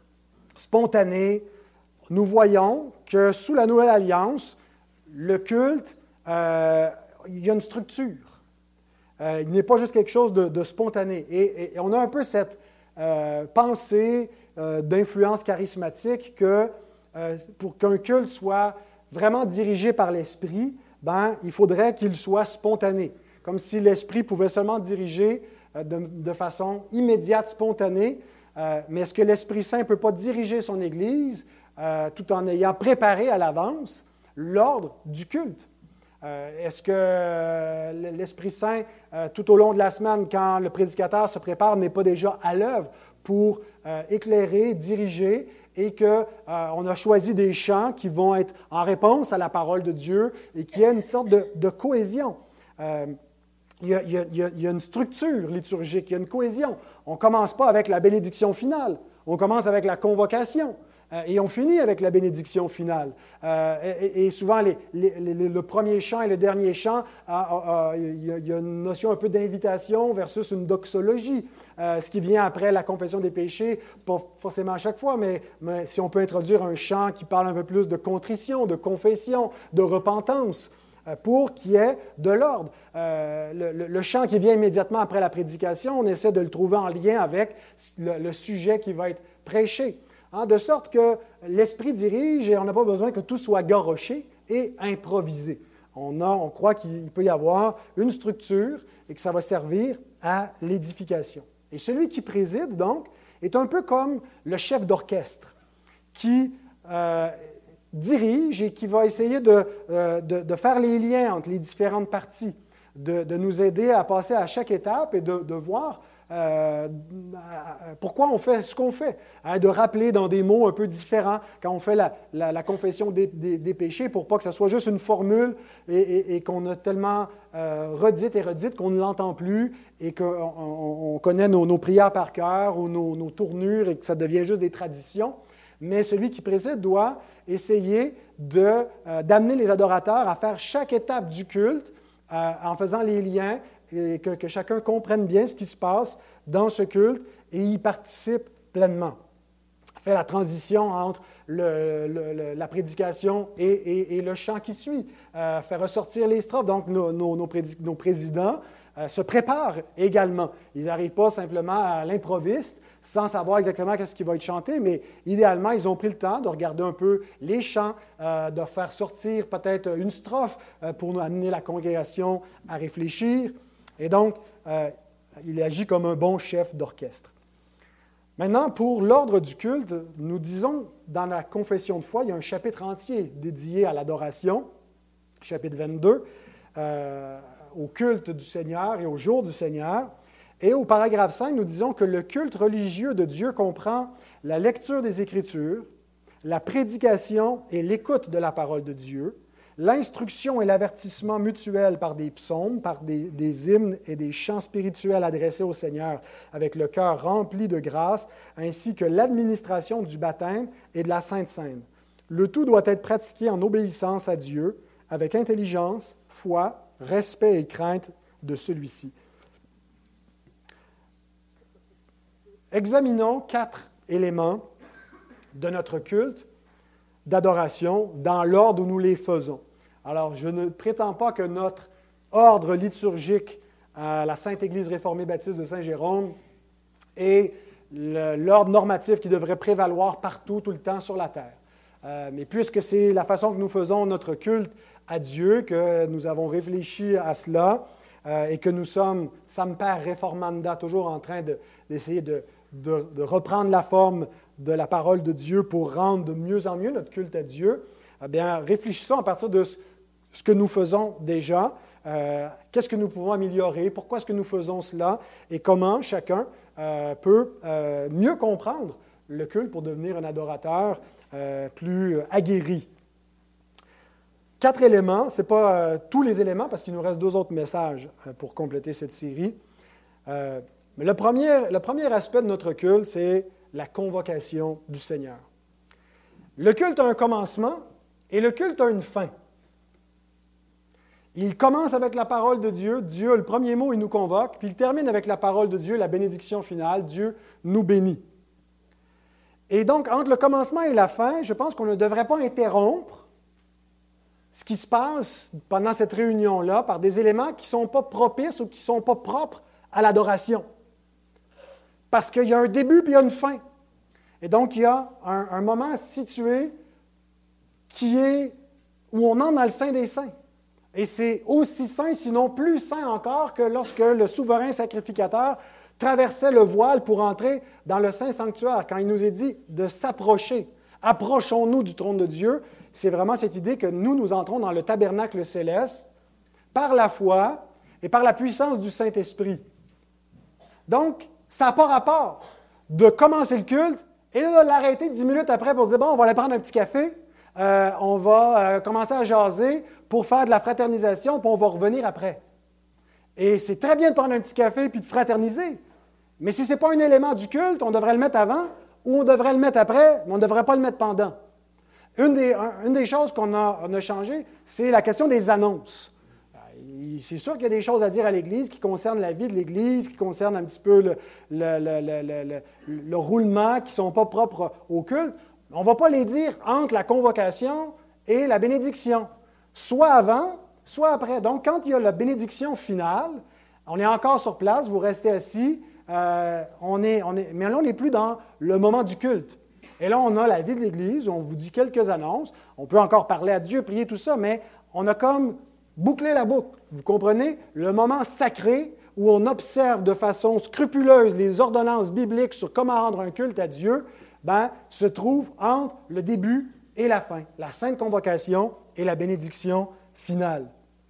spontanée. Nous voyons que sous la Nouvelle Alliance, le culte, euh, il y a une structure. Euh, il n'est pas juste quelque chose de, de spontané. Et, et, et on a un peu cette euh, pensée euh, d'influence charismatique que euh, pour qu'un culte soit vraiment dirigé par l'Esprit, ben, il faudrait qu'il soit spontané. Comme si l'Esprit pouvait seulement diriger euh, de, de façon immédiate, spontanée. Euh, mais est-ce que l'Esprit Saint ne peut pas diriger son Église Euh, tout en ayant préparé à l'avance l'ordre du culte? Euh, est-ce que euh, l'Esprit Saint, euh, tout au long de la semaine, quand le prédicateur se prépare, n'est pas déjà à l'œuvre pour euh, éclairer, diriger, et qu'on euh, a choisi des chants qui vont être en réponse à la parole de Dieu et qu'il y a une sorte de, de cohésion? Euh, il, y a, il, y a, il y a une structure liturgique, il y a une cohésion. On ne commence pas avec la bénédiction finale, on commence avec la convocation. Et on finit avec la bénédiction finale. Euh, et, et souvent, les, les, les, le premier chant et le dernier chant, euh, euh, il, y a, il y a une notion un peu d'invitation versus une doxologie. Euh, ce qui vient après la confession des péchés, pas forcément à chaque fois, mais, mais si on peut introduire un chant qui parle un peu plus de contrition, de confession, de repentance, euh, pour qu'il y ait de l'ordre. Euh, le, le, le chant qui vient immédiatement après la prédication, on essaie de le trouver en lien avec le, le sujet qui va être prêché. Hein, de sorte que l'Esprit dirige et on n'a pas besoin que tout soit garoché et improvisé. On, a, on croit qu'il peut y avoir une structure et que ça va servir à l'édification. Et celui qui préside, donc, est un peu comme le chef d'orchestre qui euh, dirige et qui va essayer de, euh, de, de faire les liens entre les différentes parties, de, de nous aider à passer à chaque étape et de, de voir Euh, pourquoi on fait ce qu'on fait, hein, de rappeler dans des mots un peu différents quand on fait la, la, la confession des, des, des péchés pour pas que ce soit juste une formule et, et, et qu'on a tellement euh, redite et redite qu'on ne l'entend plus et qu'on on, on connaît nos, nos prières par cœur ou nos, nos tournures et que ça devient juste des traditions. mais celui qui préside doit essayer de, euh, d'amener les adorateurs à faire chaque étape du culte euh, en faisant les liens et que, que chacun comprenne bien ce qui se passe dans ce culte et y participe pleinement. Fait la transition entre le, le, le, la prédication et, et, et le chant qui suit, euh, fait ressortir les strophes. Donc, nos, nos, nos, prédi- nos présidents euh, se préparent également. Ils n'arrivent pas simplement à l'improviste, sans savoir exactement qu'est-ce qui va être chanté, mais idéalement, ils ont pris le temps de regarder un peu les chants, euh, de faire sortir peut-être une strophe euh, pour nous amener la congrégation à réfléchir. Et donc, euh, il agit comme un bon chef d'orchestre. Maintenant, pour l'ordre du culte, nous disons dans la confession de foi, il y a un chapitre entier dédié à l'adoration, chapitre vingt-deux, euh, au culte du Seigneur et au jour du Seigneur. Et au paragraphe cinq, nous disons que le culte religieux de Dieu comprend la lecture des Écritures, la prédication et l'écoute de la parole de Dieu, l'instruction et l'avertissement mutuel par des psaumes, par des, des hymnes et des chants spirituels adressés au Seigneur avec le cœur rempli de grâce, ainsi que l'administration du baptême et de la Sainte Seine. Le tout doit être pratiqué en obéissance à Dieu, avec intelligence, foi, respect et crainte de celui-ci. Examinons quatre éléments de notre culte d'adoration dans l'ordre où nous les faisons. Alors, je ne prétends pas que notre ordre liturgique à la Sainte Église réformée baptiste de Saint-Jérôme est le, l'ordre normatif qui devrait prévaloir partout, tout le temps sur la terre. Euh, mais puisque c'est la façon que nous faisons notre culte à Dieu, que nous avons réfléchi à cela euh, et que nous sommes Semper Reformanda, toujours en train de, d'essayer de, de, de reprendre la forme de la parole de Dieu pour rendre de mieux en mieux notre culte à Dieu, eh bien, réfléchissons à partir de ce que nous faisons déjà, euh, qu'est-ce que nous pouvons améliorer, pourquoi est-ce que nous faisons cela et comment chacun euh, peut euh, mieux comprendre le culte pour devenir un adorateur euh, plus aguerri. Quatre éléments, ce n'est pas euh, tous les éléments parce qu'il nous reste deux autres messages euh, pour compléter cette série. Euh, mais le premier, le premier aspect de notre culte, c'est la convocation du Seigneur. Le culte a un commencement et le culte a une fin. Il commence avec la parole de Dieu. Dieu a le premier mot, il nous convoque. Puis il termine avec la parole de Dieu, la bénédiction finale. Dieu nous bénit. Et donc, entre le commencement et la fin, je pense qu'on ne devrait pas interrompre ce qui se passe pendant cette réunion-là par des éléments qui ne sont pas propices ou qui ne sont pas propres à l'adoration. Parce qu'il y a un début puis il y a une fin. Et donc, il y a un, un moment situé qui est où on entre dans le Saint des Saints. Et c'est aussi saint, sinon plus saint encore, que lorsque le souverain sacrificateur traversait le voile pour entrer dans le Saint Sanctuaire, quand il nous est dit de s'approcher. Approchons-nous du trône de Dieu. C'est vraiment cette idée que nous, nous entrons dans le tabernacle céleste par la foi et par la puissance du Saint-Esprit. Donc, ça n'a pas rapport de commencer le culte et de l'arrêter dix minutes après pour dire, bon, on va aller prendre un petit café, euh, on va euh, commencer à jaser pour faire de la fraternisation, puis on va revenir après. Et c'est très bien de prendre un petit café puis de fraterniser, mais si ce n'est pas un élément du culte, on devrait le mettre avant ou on devrait le mettre après, mais on ne devrait pas le mettre pendant. Une des, un, une des choses qu'on a, on a changé, c'est la question des annonces. C'est sûr qu'il y a des choses à dire à l'Église qui concernent la vie de l'Église, qui concernent un petit peu le, le, le, le, le, le roulement, qui ne sont pas propres au culte. On ne va pas les dire entre la convocation et la bénédiction, soit avant, soit après. Donc, quand il y a la bénédiction finale, on est encore sur place, vous restez assis, euh, on est, on est, mais là, on n'est plus dans le moment du culte. Et là, on a la vie de l'Église, on vous dit quelques annonces, on peut encore parler à Dieu, prier, tout ça, mais on a comme boucler la boucle. Vous comprenez? Le moment sacré où on observe de façon scrupuleuse les ordonnances bibliques sur comment rendre un culte à Dieu, ben, se trouve entre le début et la fin, la sainte convocation et la bénédiction finale.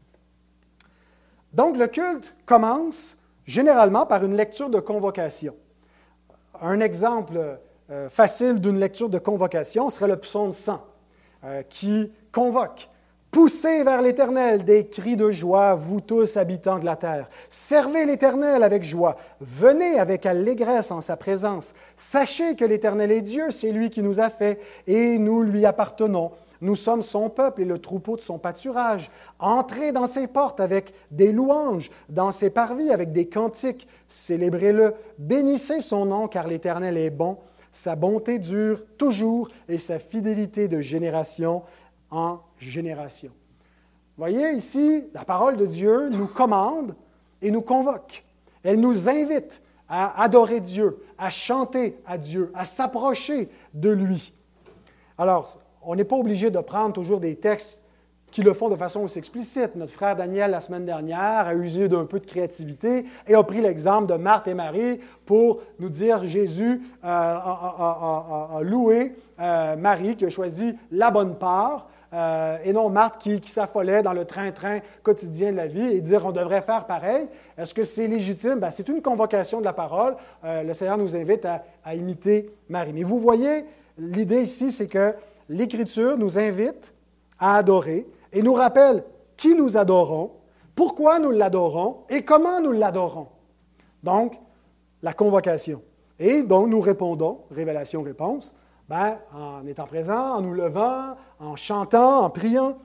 Donc, le culte commence généralement par une lecture de convocation. Un exemple euh, facile d'une lecture de convocation serait le psaume cent, euh, qui convoque. Poussez vers l'Éternel des cris de joie, vous tous habitants de la terre. Servez l'Éternel avec joie. Venez avec allégresse en sa présence. Sachez que l'Éternel est Dieu, c'est lui qui nous a fait, et nous lui appartenons. Nous sommes son peuple et le troupeau de son pâturage. Entrez dans ses portes avec des louanges, dans ses parvis avec des cantiques. Célébrez-le. Bénissez son nom, car l'Éternel est bon. Sa bonté dure toujours et sa fidélité de génération en génération. Vous voyez ici, la parole de Dieu nous commande et nous convoque. Elle nous invite à adorer Dieu, à chanter à Dieu, à s'approcher de lui. Alors, on n'est pas obligé de prendre toujours des textes qui le font de façon aussi explicite. Notre frère Daniel, la semaine dernière, a usé d'un peu de créativité et a pris l'exemple de Marthe et Marie pour nous dire Jésus euh, a, a, a, a loué euh, Marie qui a choisi la bonne part euh, et non Marthe qui, qui s'affolait dans le train-train quotidien de la vie et dire on devrait faire pareil. Est-ce que c'est légitime? Bien, c'est une convocation de la parole. Euh, le Seigneur nous invite à, à imiter Marie. Mais vous voyez, l'idée ici, c'est que l'Écriture nous invite à adorer et nous rappelle qui nous adorons, pourquoi nous l'adorons et comment nous l'adorons. Donc, la convocation. Et donc, nous répondons, révélation-réponse, ben, en étant présents, en nous levant, en chantant, en priant.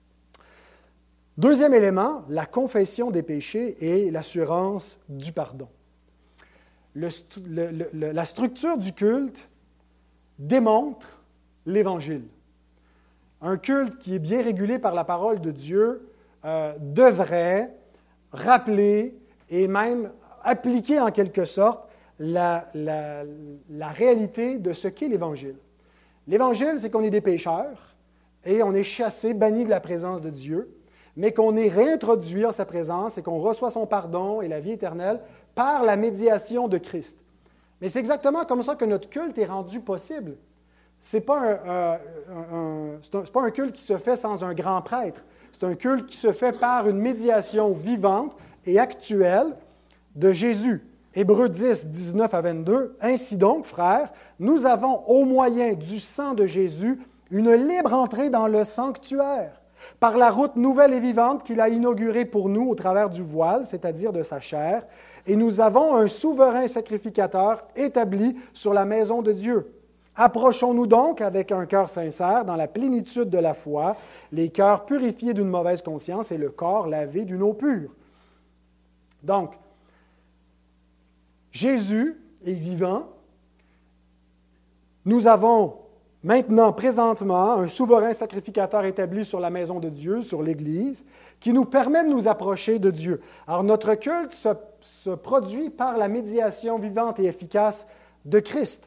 Deuxième élément, la confession des péchés et l'assurance du pardon. Le, le, le, la structure du culte démontre l'Évangile. Un culte qui est bien régulé par la parole de Dieu euh, devrait rappeler et même appliquer en quelque sorte la, la, la réalité de ce qu'est l'Évangile. L'Évangile, c'est qu'on est des pécheurs et on est chassé, banni de la présence de Dieu, mais qu'on est réintroduit en sa présence et qu'on reçoit son pardon et la vie éternelle par la médiation de Christ. Mais c'est exactement comme ça que notre culte est rendu possible. Ce n'est pas un, un, un, c'est un, c'est pas un culte qui se fait sans un grand prêtre. C'est un culte qui se fait par une médiation vivante et actuelle de Jésus. Hébreux dix, dix-neuf à vingt-deux. Ainsi donc, frères, nous avons au moyen du sang de Jésus une libre entrée dans le sanctuaire, par la route nouvelle et vivante qu'il a inaugurée pour nous au travers du voile, c'est-à-dire de sa chair, et nous avons un souverain sacrificateur établi sur la maison de Dieu. Approchons-nous donc avec un cœur sincère, dans la plénitude de la foi, les cœurs purifiés d'une mauvaise conscience et le corps lavé d'une eau pure. Donc, Jésus est vivant. Nous avons maintenant, présentement, un souverain sacrificateur établi sur la maison de Dieu, sur l'Église, qui nous permet de nous approcher de Dieu. Alors, notre culte se, se produit par la médiation vivante et efficace de Christ.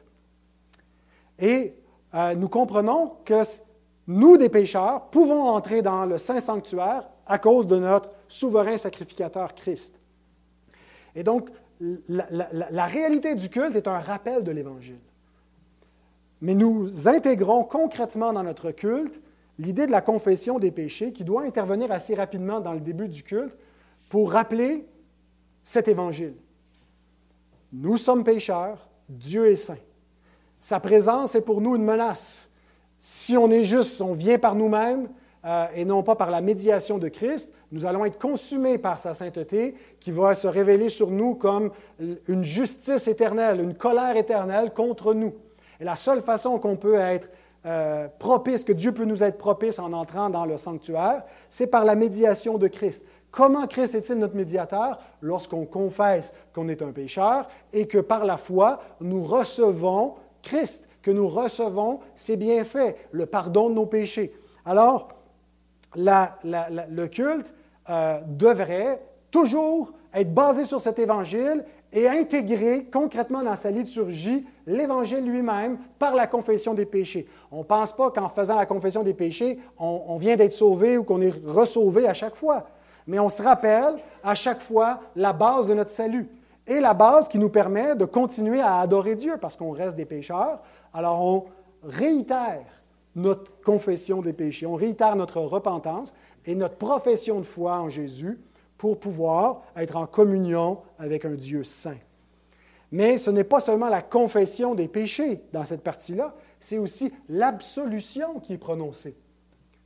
Et euh, nous comprenons que nous, des pécheurs, pouvons entrer dans le Saint Sanctuaire à cause de notre souverain sacrificateur Christ. Et donc, la, la, la réalité du culte est un rappel de l'Évangile. Mais nous intégrons concrètement dans notre culte l'idée de la confession des péchés qui doit intervenir assez rapidement dans le début du culte pour rappeler cet Évangile. Nous sommes pécheurs, Dieu est saint. Sa présence est pour nous une menace. Si on est juste, on vient par nous-mêmes euh, et non pas par la médiation de Christ, nous allons être consumés par sa sainteté qui va se révéler sur nous comme une justice éternelle, une colère éternelle contre nous. Et la seule façon qu'on peut être euh, propice, que Dieu peut nous être propice en entrant dans le sanctuaire, c'est par la médiation de Christ. Comment Christ est-il notre médiateur? Lorsqu'on confesse qu'on est un pécheur et que par la foi, nous recevons Christ, que nous recevons ses bienfaits, le pardon de nos péchés. Alors, la, la, la, le culte euh, devrait toujours être basé sur cet Évangile et intégrer concrètement dans sa liturgie l'Évangile lui-même par la confession des péchés. On ne pense pas qu'en faisant la confession des péchés, on, on vient d'être sauvé ou qu'on est ressauvé à chaque fois. Mais on se rappelle à chaque fois la base de notre salut et la base qui nous permet de continuer à adorer Dieu parce qu'on reste des pécheurs. Alors on réitère notre confession des péchés, on réitère notre repentance et notre profession de foi en Jésus pour pouvoir être en communion avec un Dieu saint. Mais ce n'est pas seulement la confession des péchés dans cette partie-là, c'est aussi l'absolution qui est prononcée.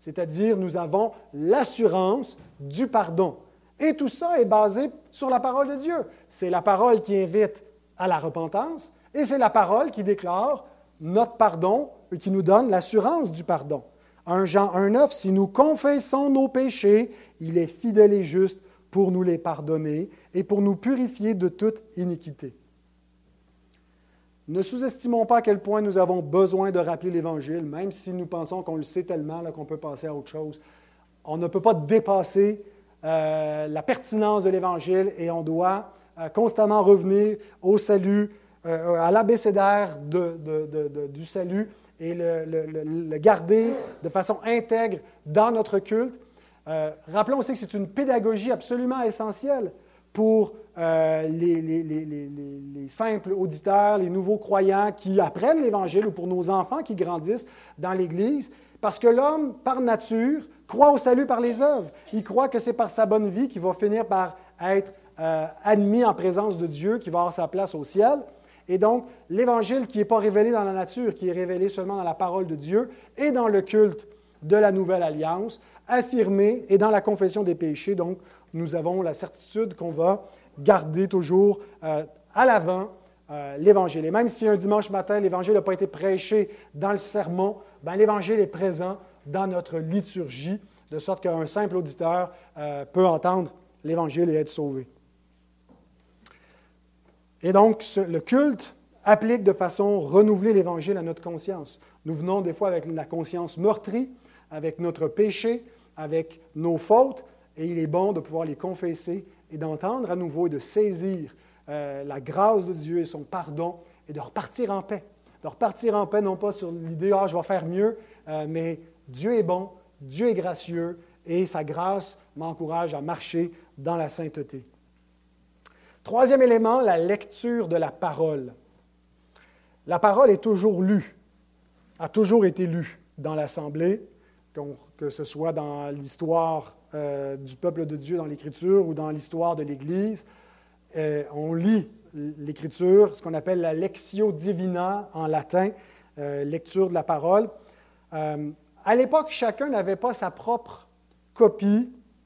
c'est-à-dire nous avons l'assurance du pardon. Et tout ça est basé sur la parole de Dieu. C'est la parole qui invite à la repentance et c'est la parole qui déclare notre pardon et qui nous donne l'assurance du pardon. un Jean un neuf, si nous confessons nos péchés, il est fidèle et juste pour nous les pardonner et pour nous purifier de toute iniquité. Ne sous-estimons pas à quel point nous avons besoin de rappeler l'Évangile, même si nous pensons qu'on le sait tellement là, qu'on peut passer à autre chose. On ne peut pas dépasser euh, la pertinence de l'Évangile et on doit euh, constamment revenir au salut, euh, à l'abécédaire de, de, de, de, du salut et le, le, le, le garder de façon intègre dans notre culte. Euh, rappelons aussi que c'est une pédagogie absolument essentielle pour euh, les, les, les, les, les simples auditeurs, les nouveaux croyants qui apprennent l'Évangile ou pour nos enfants qui grandissent dans l'Église, parce que l'homme, par nature, croit au salut par les œuvres. Il croit que c'est par sa bonne vie qu'il va finir par être euh, admis en présence de Dieu, qu'il va avoir sa place au ciel. Et donc, l'Évangile qui n'est pas révélé dans la nature, qui est révélé seulement dans la parole de Dieu et dans le culte de la Nouvelle Alliance, affirmé et dans la confession des péchés. Donc, nous avons la certitude qu'on va garder toujours euh, à l'avant euh, l'Évangile. Et même si un dimanche matin, l'Évangile n'a pas été prêché dans le sermon, ben, l'Évangile est présent dans notre liturgie, de sorte qu'un simple auditeur euh, peut entendre l'Évangile et être sauvé. Et donc, ce, le culte applique de façon renouvelée l'Évangile à notre conscience. Nous venons des fois avec la conscience meurtrie, avec notre péché, avec nos fautes, et il est bon de pouvoir les confesser et d'entendre à nouveau et de saisir euh, la grâce de Dieu et son pardon et de repartir en paix. De repartir en paix, non pas sur l'idée « Ah, je vais faire mieux euh, », mais Dieu est bon, Dieu est gracieux et sa grâce m'encourage à marcher dans la sainteté. Troisième élément, la lecture de la parole. La parole est toujours lue, a toujours été lue dans l'Assemblée, que ce soit dans l'histoire euh, du peuple de Dieu dans l'Écriture ou dans l'histoire de l'Église. Euh, on lit l'Écriture, ce qu'on appelle la lectio divina en latin, euh, lecture de la parole. Euh, à l'époque, chacun n'avait pas sa propre copie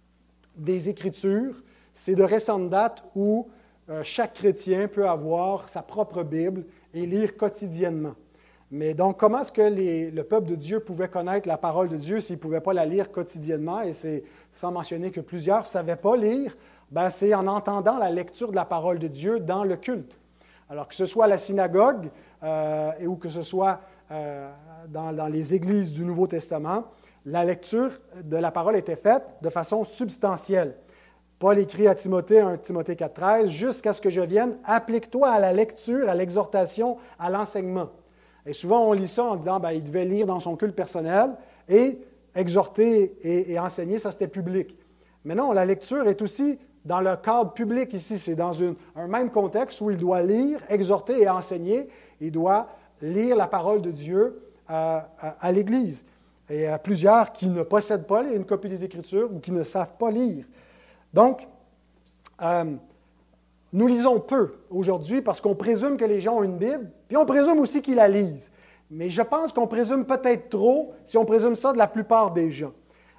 des Écritures. C'est de récente date où euh, chaque chrétien peut avoir sa propre Bible et lire quotidiennement. Mais donc, comment est-ce que les, le peuple de Dieu pouvait connaître la parole de Dieu s'il ne pouvait pas la lire quotidiennement? Et c'est sans mentionner que plusieurs ne savaient pas lire. Ben, c'est en entendant la lecture de la parole de Dieu dans le culte. Alors que ce soit à la synagogue euh, et, ou que ce soit euh, dans, dans les églises du Nouveau Testament, la lecture de la parole était faite de façon substantielle. Paul écrit à Timothée, un Timothée quatre treize, « Jusqu'à ce que je vienne, applique-toi à la lecture, à l'exhortation, à l'enseignement. » Et souvent, on lit ça en disant ben, il devait lire dans son culte personnel et exhorter et, et enseigner, ça c'était public. Mais non, la lecture est aussi dans le cadre public ici. C'est dans une, un même contexte où il doit lire, exhorter et enseigner. Il doit lire la parole de Dieu à, à, à l'Église. Et il y a plusieurs qui ne possèdent pas une copie des Écritures ou qui ne savent pas lire. Donc, euh, nous lisons peu aujourd'hui parce qu'on présume que les gens ont une Bible, puis on présume aussi qu'ils la lisent. Mais je pense qu'on présume peut-être trop si on présume ça de la plupart des gens.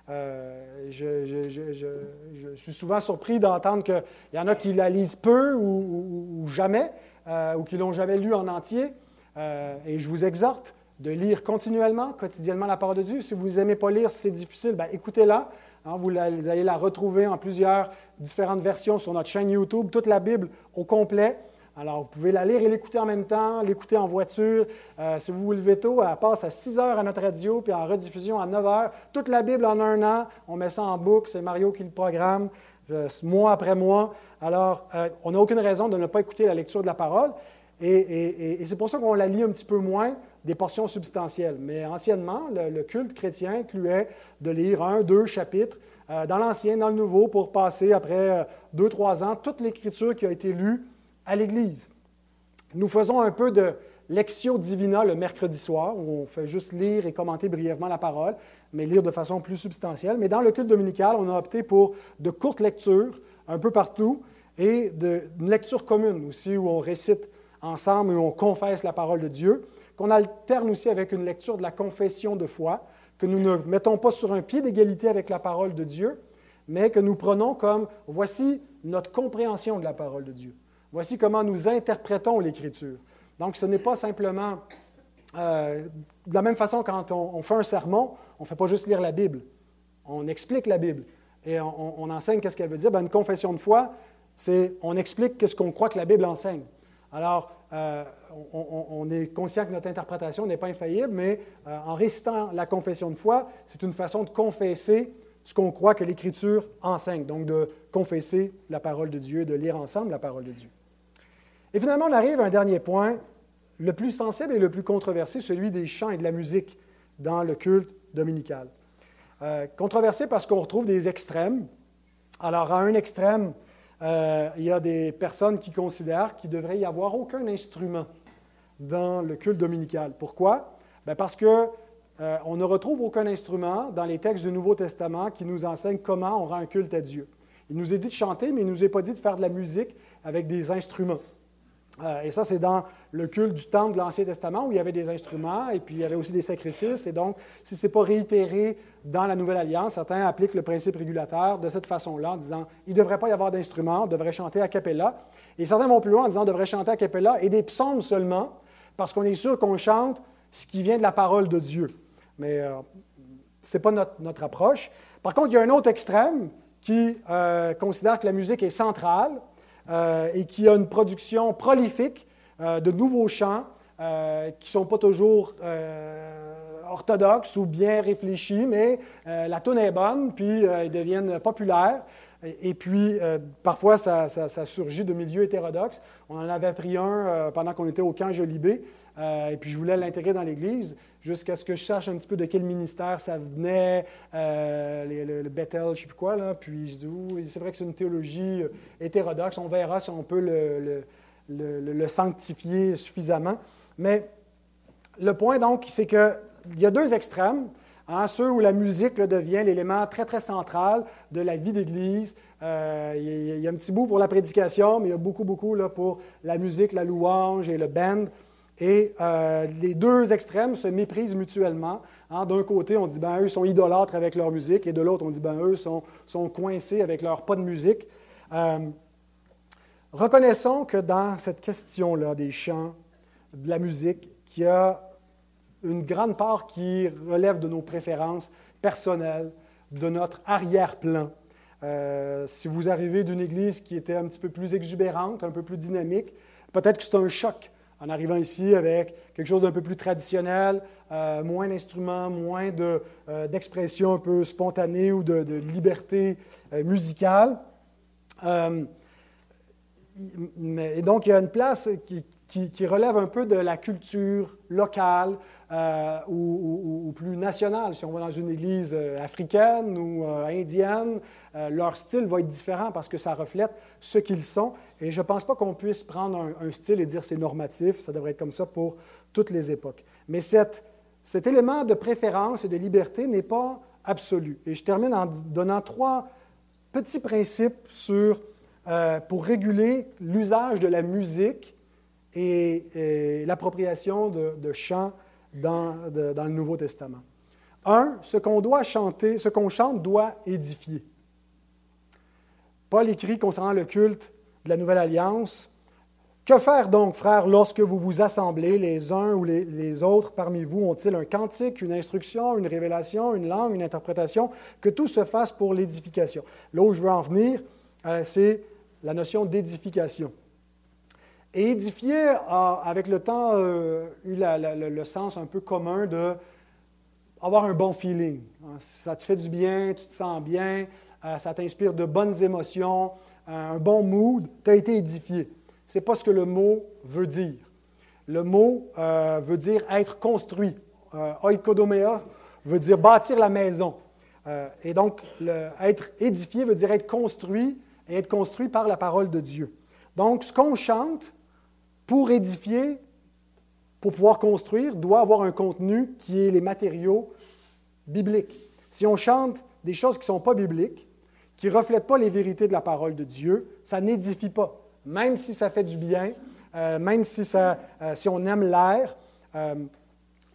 Euh, je, je, je, je, je suis souvent surpris d'entendre qu'il y en a qui la lisent peu ou, ou, ou jamais, euh, ou qui ne l'ont jamais lu en entier. Euh, et je vous exhorte de lire continuellement, quotidiennement la parole de Dieu. Si vous n'aimez pas lire, si c'est difficile, bien, écoutez-la. Hein, vous, la, vous allez la retrouver en plusieurs différentes versions sur notre chaîne YouTube, toute la Bible au complet. Alors, vous pouvez la lire et l'écouter en même temps, l'écouter en voiture. Euh, si vous vous levez tôt, elle passe à six heures à notre radio, puis en rediffusion à neuf heures. Toute la Bible en un an, on met ça en boucle, c'est Mario qui le programme, euh, mois après mois. Alors, euh, on n'a aucune raison de ne pas écouter la lecture de la parole. Et, et, et, et c'est pour ça qu'on la lit un petit peu moins, des portions substantielles. Mais anciennement, le, le culte chrétien incluait de lire un, deux chapitres euh, dans l'Ancien, dans le Nouveau, pour passer après euh, deux, trois ans, toute l'Écriture qui a été lue à l'Église. Nous faisons un peu de lectio divina le mercredi soir, où on fait juste lire et commenter brièvement la parole, mais lire de façon plus substantielle. Mais dans le culte dominical, on a opté pour de courtes lectures, un peu partout, et de, une lecture commune aussi, où on récite ensemble et où on confesse la parole de Dieu, qu'on alterne aussi avec une lecture de la confession de foi, que nous ne mettons pas sur un pied d'égalité avec la parole de Dieu, mais que nous prenons comme, voici notre compréhension de la parole de Dieu. Voici comment nous interprétons l'Écriture. Donc, ce n'est pas simplement, euh, de la même façon, quand on, on fait un sermon, on ne fait pas juste lire la Bible, on explique la Bible et on, on enseigne qu'est-ce qu'elle veut dire. Bien, une confession de foi, c'est on explique qu'est-ce qu'on croit que la Bible enseigne. Alors, euh, on, on, on est conscient que notre interprétation n'est pas infaillible, mais euh, en récitant la confession de foi, c'est une façon de confesser ce qu'on croit que l'Écriture enseigne, donc de confesser la parole de Dieu, de lire ensemble la parole de Dieu. Et finalement, on arrive à un dernier point, le plus sensible et le plus controversé, celui des chants et de la musique dans le culte dominical. Euh, controversé parce qu'on retrouve des extrêmes. Alors, à un extrême, euh, il y a des personnes qui considèrent qu'il ne devrait y avoir aucun instrument dans le culte dominical. Pourquoi? Bien parce que Euh, on ne retrouve aucun instrument dans les textes du Nouveau Testament qui nous enseigne comment on rend un culte à Dieu. Il nous est dit de chanter, mais il ne nous est pas dit de faire de la musique avec des instruments. Euh, et ça, c'est dans le culte du temple de l'Ancien Testament où il y avait des instruments et puis il y avait aussi des sacrifices. Et donc, si ce n'est pas réitéré dans la Nouvelle Alliance, certains appliquent le principe régulateur de cette façon-là en disant il ne devrait pas y avoir d'instruments, on devrait chanter a cappella. Et certains vont plus loin en disant on devrait chanter a cappella et des psaumes seulement parce qu'on est sûr qu'on chante ce qui vient de la parole de Dieu. Mais euh, ce n'est pas notre, notre approche. Par contre, il y a un autre extrême qui euh, considère que la musique est centrale euh, et qui a une production prolifique euh, de nouveaux chants euh, qui ne sont pas toujours euh, orthodoxes ou bien réfléchis, mais euh, la toune est bonne, puis euh, ils deviennent populaires. Et, et puis, euh, parfois, ça, ça, ça surgit de milieux hétérodoxes. On en avait pris un euh, pendant qu'on était au camp Jolivet, euh, et puis je voulais l'intégrer dans l'Église, jusqu'à ce que je sache un petit peu de quel ministère ça venait, euh, le, le, le Bethel, je ne sais plus quoi, là. Puis je dis, ouh, c'est vrai que c'est une théologie hétérodoxe, on verra si on peut le, le, le, le sanctifier suffisamment. Mais le point, donc, c'est qu'il y a deux extrêmes, hein, ceux où la musique là, devient l'élément très, très central de la vie d'Église. Euh, il y a un petit bout pour la prédication, mais il y a beaucoup, beaucoup là, pour la musique, la louange et le band. Et euh, les deux extrêmes se méprisent mutuellement. Hein, d'un côté, on dit, ben eux sont idolâtres avec leur musique, et de l'autre, on dit, ben eux sont, sont coincés avec leur pas de musique. Euh, reconnaissons que dans cette question-là des chants, de la musique, qu'il y a une grande part qui relève de nos préférences personnelles, de notre arrière-plan. Euh, si vous arrivez d'une église qui était un petit peu plus exubérante, un peu plus dynamique, peut-être que c'est un choc en arrivant ici avec quelque chose d'un peu plus traditionnel, euh, moins d'instruments, moins de, euh, d'expression un peu spontanée ou de, de liberté euh, musicale. Euh, mais, et donc, il y a une place qui, qui, qui relève un peu de la culture locale euh, ou, ou, ou plus nationale. Si on va dans une église euh, africaine ou euh, indienne, euh, leur style va être différent parce que ça reflète ce qu'ils sont. Et je ne pense pas qu'on puisse prendre un, un style et dire c'est normatif, ça devrait être comme ça pour toutes les époques. Mais cette, cet élément de préférence et de liberté n'est pas absolu. Et je termine en donnant trois petits principes sur, euh, pour réguler l'usage de la musique et, et l'appropriation de, de chants dans, de, dans le Nouveau Testament. Un, ce qu'on doit chanter, ce qu'on chante doit édifier. Paul écrit concernant le culte de la Nouvelle Alliance. « Que faire donc, frères, lorsque vous vous assemblez, les uns ou les, les autres parmi vous ont-ils un cantique, une instruction, une révélation, une langue, une interprétation, que tout se fasse pour l'édification. » Là où je veux en venir, euh, c'est la notion d'édification. Et édifier a, avec le temps, euh, eu la, la, le, le sens un peu commun d'avoir un bon feeling. Ça te fait du bien, tu te sens bien, euh, ça t'inspire de bonnes émotions, un bon mood, tu as été édifié. Ce n'est pas ce que le mot veut dire. Le mot euh, veut dire être construit. Euh, oikodomea veut dire bâtir la maison. Euh, et donc, le, être édifié veut dire être construit et être construit par la parole de Dieu. Donc, ce qu'on chante pour édifier, pour pouvoir construire, doit avoir un contenu qui est les matériaux bibliques. Si on chante des choses qui ne sont pas bibliques, qui ne reflètent pas les vérités de la parole de Dieu, ça n'édifie pas. Même si ça fait du bien, euh, même si, ça, euh, si on aime l'air. Euh,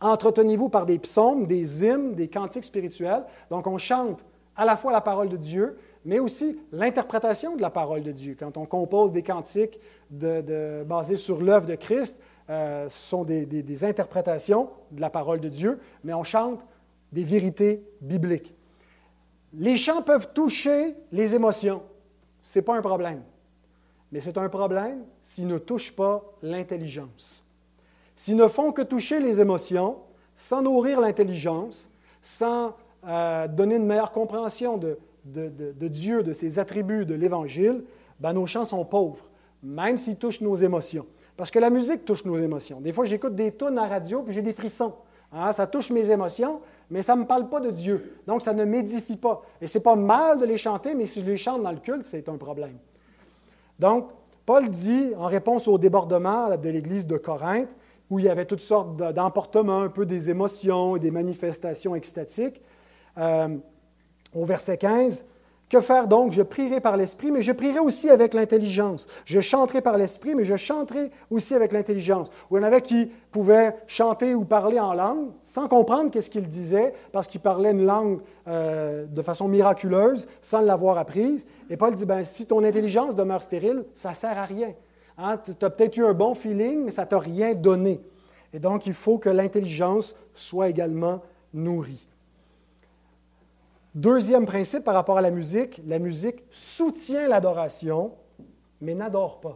Entretenez-vous par des psaumes, des hymnes, des cantiques spirituels. Donc, on chante à la fois la parole de Dieu, mais aussi l'interprétation de la parole de Dieu. Quand on compose des cantiques de, de, basés sur l'œuvre de Christ, euh, ce sont des, des, des interprétations de la parole de Dieu, mais on chante des vérités bibliques. Les chants peuvent toucher les émotions. Ce n'est pas un problème. Mais c'est un problème s'ils ne touchent pas l'intelligence. S'ils ne font que toucher les émotions, sans nourrir l'intelligence, sans euh, donner une meilleure compréhension de, de, de, de Dieu, de ses attributs, de l'Évangile, ben nos chants sont pauvres, même s'ils touchent nos émotions. Parce que la musique touche nos émotions. Des fois, j'écoute des tunes à la radio puis j'ai des frissons. Hein, ça touche mes émotions, mais ça ne me parle pas de Dieu. Donc, ça ne m'édifie pas. Et ce n'est pas mal de les chanter, mais si je les chante dans le culte, c'est un problème. Donc, Paul dit, en réponse au débordement de l'Église de Corinthe, où il y avait toutes sortes d'emportements, un peu des émotions et des manifestations extatiques, euh, au verset quinze, « Que faire donc? Je prierai par l'Esprit, mais je prierai aussi avec l'intelligence. Je chanterai par l'Esprit, mais je chanterai aussi avec l'intelligence. » Où il y en avait qui pouvaient chanter ou parler en langue sans comprendre qu'est-ce qu'ils disaient, parce qu'ils parlaient une langue euh, de façon miraculeuse, sans l'avoir apprise. Et Paul dit, ben, si ton intelligence demeure stérile, ça ne sert à rien. Hein? Tu as peut-être eu un bon feeling, mais ça ne t'a rien donné. Et donc, il faut que l'intelligence soit également nourrie. Deuxième principe par rapport à la musique, la musique soutient l'adoration, mais n'adore pas.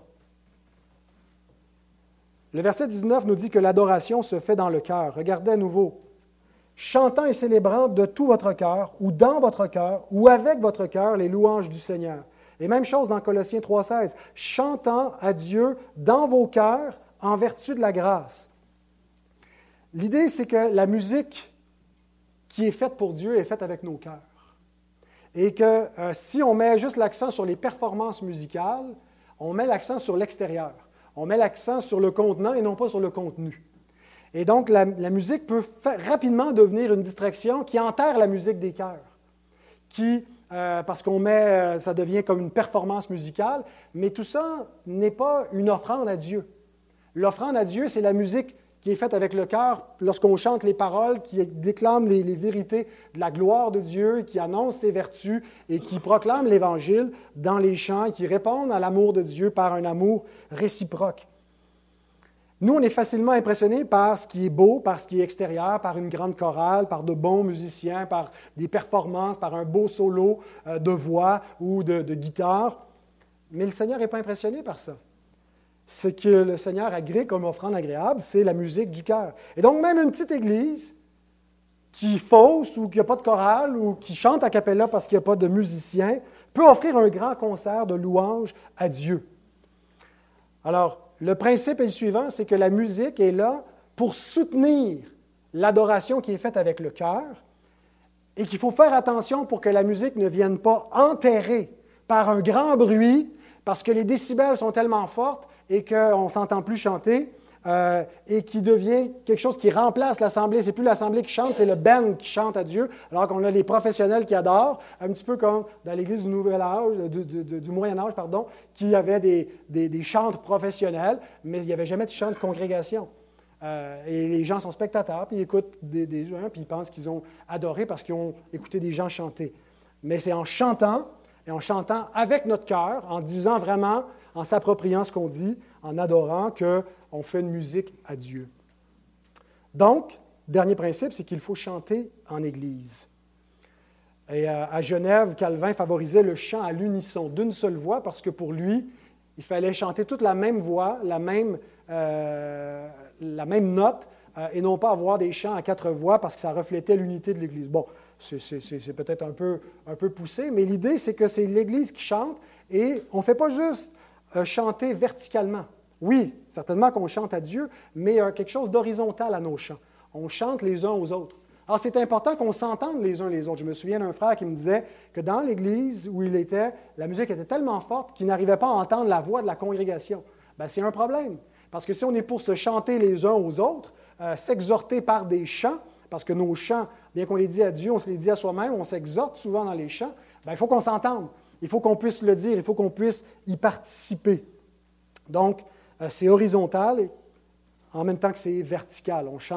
Le verset dix-neuf nous dit que l'adoration se fait dans le cœur. Regardez à nouveau. Chantant et célébrant de tout votre cœur, ou dans votre cœur, ou avec votre cœur, les louanges du Seigneur. Et même chose dans Colossiens trois seize. Chantant à Dieu dans vos cœurs en vertu de la grâce. L'idée, c'est que la musique qui est faite pour Dieu est faite avec nos cœurs. Et que euh, si on met juste l'accent sur les performances musicales, on met l'accent sur l'extérieur. On met l'accent sur le contenant et non pas sur le contenu. Et donc, la, la musique peut fa- rapidement devenir une distraction qui enterre la musique des cœurs. Qui, euh, parce qu'on met, euh, ça devient comme une performance musicale, mais tout ça n'est pas une offrande à Dieu. L'offrande à Dieu, c'est la musique qui est faite avec le cœur, lorsqu'on chante les paroles, qui déclament les, les vérités de la gloire de Dieu, qui annoncent ses vertus et qui proclament l'Évangile dans les chants, qui répondent à l'amour de Dieu par un amour réciproque. Nous, on est facilement impressionnés par ce qui est beau, par ce qui est extérieur, par une grande chorale, par de bons musiciens, par des performances, par un beau solo de voix ou de, de guitare. Mais le Seigneur n'est pas impressionné par ça. Ce que le Seigneur agrée comme offrande agréable, c'est la musique du cœur. Et donc, même une petite église qui fausse ou qui n'a pas de chorale ou qui chante a cappella parce qu'il n'y a pas de musicien peut offrir un grand concert de louange à Dieu. Alors, le principe est le suivant, c'est que la musique est là pour soutenir l'adoration qui est faite avec le cœur et qu'il faut faire attention pour que la musique ne vienne pas enterrer par un grand bruit parce que les décibels sont tellement fortes et qu'on ne s'entend plus chanter, euh, et qui devient quelque chose qui remplace l'assemblée. Ce n'est plus l'assemblée qui chante, c'est le band qui chante à Dieu, alors qu'on a les professionnels qui adorent, un petit peu comme dans l'Église du Nouvel Âge, du, du, du Moyen Âge, pardon, qui avait des, des, des chantres professionnels, mais il n'y avait jamais de chant de congrégation. Euh, et les gens sont spectateurs, puis ils écoutent des, des gens, puis ils pensent qu'ils ont adoré parce qu'ils ont écouté des gens chanter. Mais c'est en chantant, et en chantant avec notre cœur, en disant vraiment, en s'appropriant ce qu'on dit, en adorant, qu'on fait une musique à Dieu. Donc, dernier principe, c'est qu'il faut chanter en Église. Et à Genève, Calvin favorisait le chant à l'unisson, d'une seule voix, parce que pour lui, il fallait chanter toute la même voix, la même, euh, la même note, euh, et non pas avoir des chants à quatre voix, parce que ça reflétait l'unité de l'Église. Bon, c'est, c'est, c'est peut-être un peu, un peu poussé, mais l'idée, c'est que c'est l'Église qui chante, et on ne fait pas juste euh, chanter verticalement. Oui, certainement qu'on chante à Dieu, mais il y a quelque chose d'horizontal à nos chants. On chante les uns aux autres. Alors, c'est important qu'on s'entende les uns les autres. Je me souviens d'un frère qui me disait que dans l'église où il était, la musique était tellement forte qu'il n'arrivait pas à entendre la voix de la congrégation. Bien, c'est un problème. Parce que si on est pour se chanter les uns aux autres, euh, s'exhorter par des chants, parce que nos chants, bien qu'on les dise à Dieu, on se les dit à soi-même, on s'exhorte souvent dans les chants, bien, il faut qu'on s'entende. Il faut qu'on puisse le dire, il faut qu'on puisse y participer. Donc, euh, c'est horizontal et en même temps que c'est vertical. On chante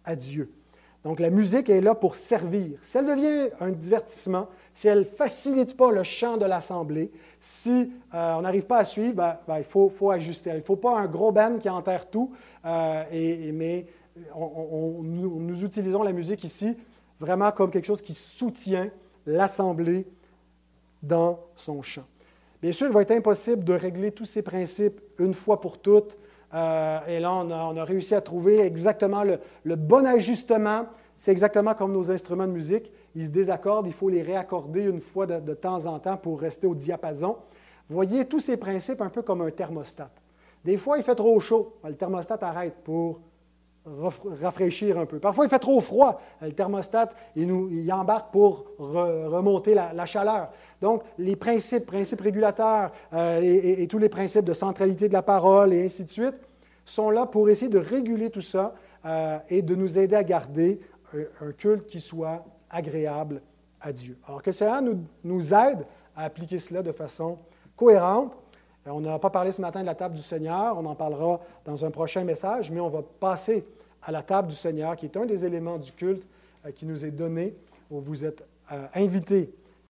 à Dieu. Donc, la musique est là pour servir. Si elle devient un divertissement, si elle ne facilite pas le chant de l'assemblée, si euh, on n'arrive pas à suivre, ben, ben, il faut, faut ajuster. Il ne faut pas un gros band qui enterre tout, euh, et, et, mais on, on, nous, nous utilisons la musique ici vraiment comme quelque chose qui soutient l'assemblée dans son chant. Bien sûr, il va être impossible de régler tous ces principes une fois pour toutes. Euh, et là, on a, on a réussi à trouver exactement le, le bon ajustement. C'est exactement comme nos instruments de musique. Ils se désaccordent, il faut les réaccorder une fois de, de temps en temps pour rester au diapason. Vous voyez tous ces principes un peu comme un thermostat. Des fois, il fait trop chaud. Le thermostat arrête pour rafraîchir un peu. Parfois, il fait trop froid. Le thermostat, il, nous, il embarque pour re, remonter la, la chaleur. Donc, les principes, principes régulateurs euh, et, et, et tous les principes de centralité de la parole et ainsi de suite sont là pour essayer de réguler tout ça euh, et de nous aider à garder un, un culte qui soit agréable à Dieu. Alors que cela nous, nous aide à appliquer cela de façon cohérente. On n'a pas parlé ce matin de la table du Seigneur, on en parlera dans un prochain message, mais on va passer à la table du Seigneur, qui est un des éléments du culte euh, qui nous est donné, où vous êtes euh, invités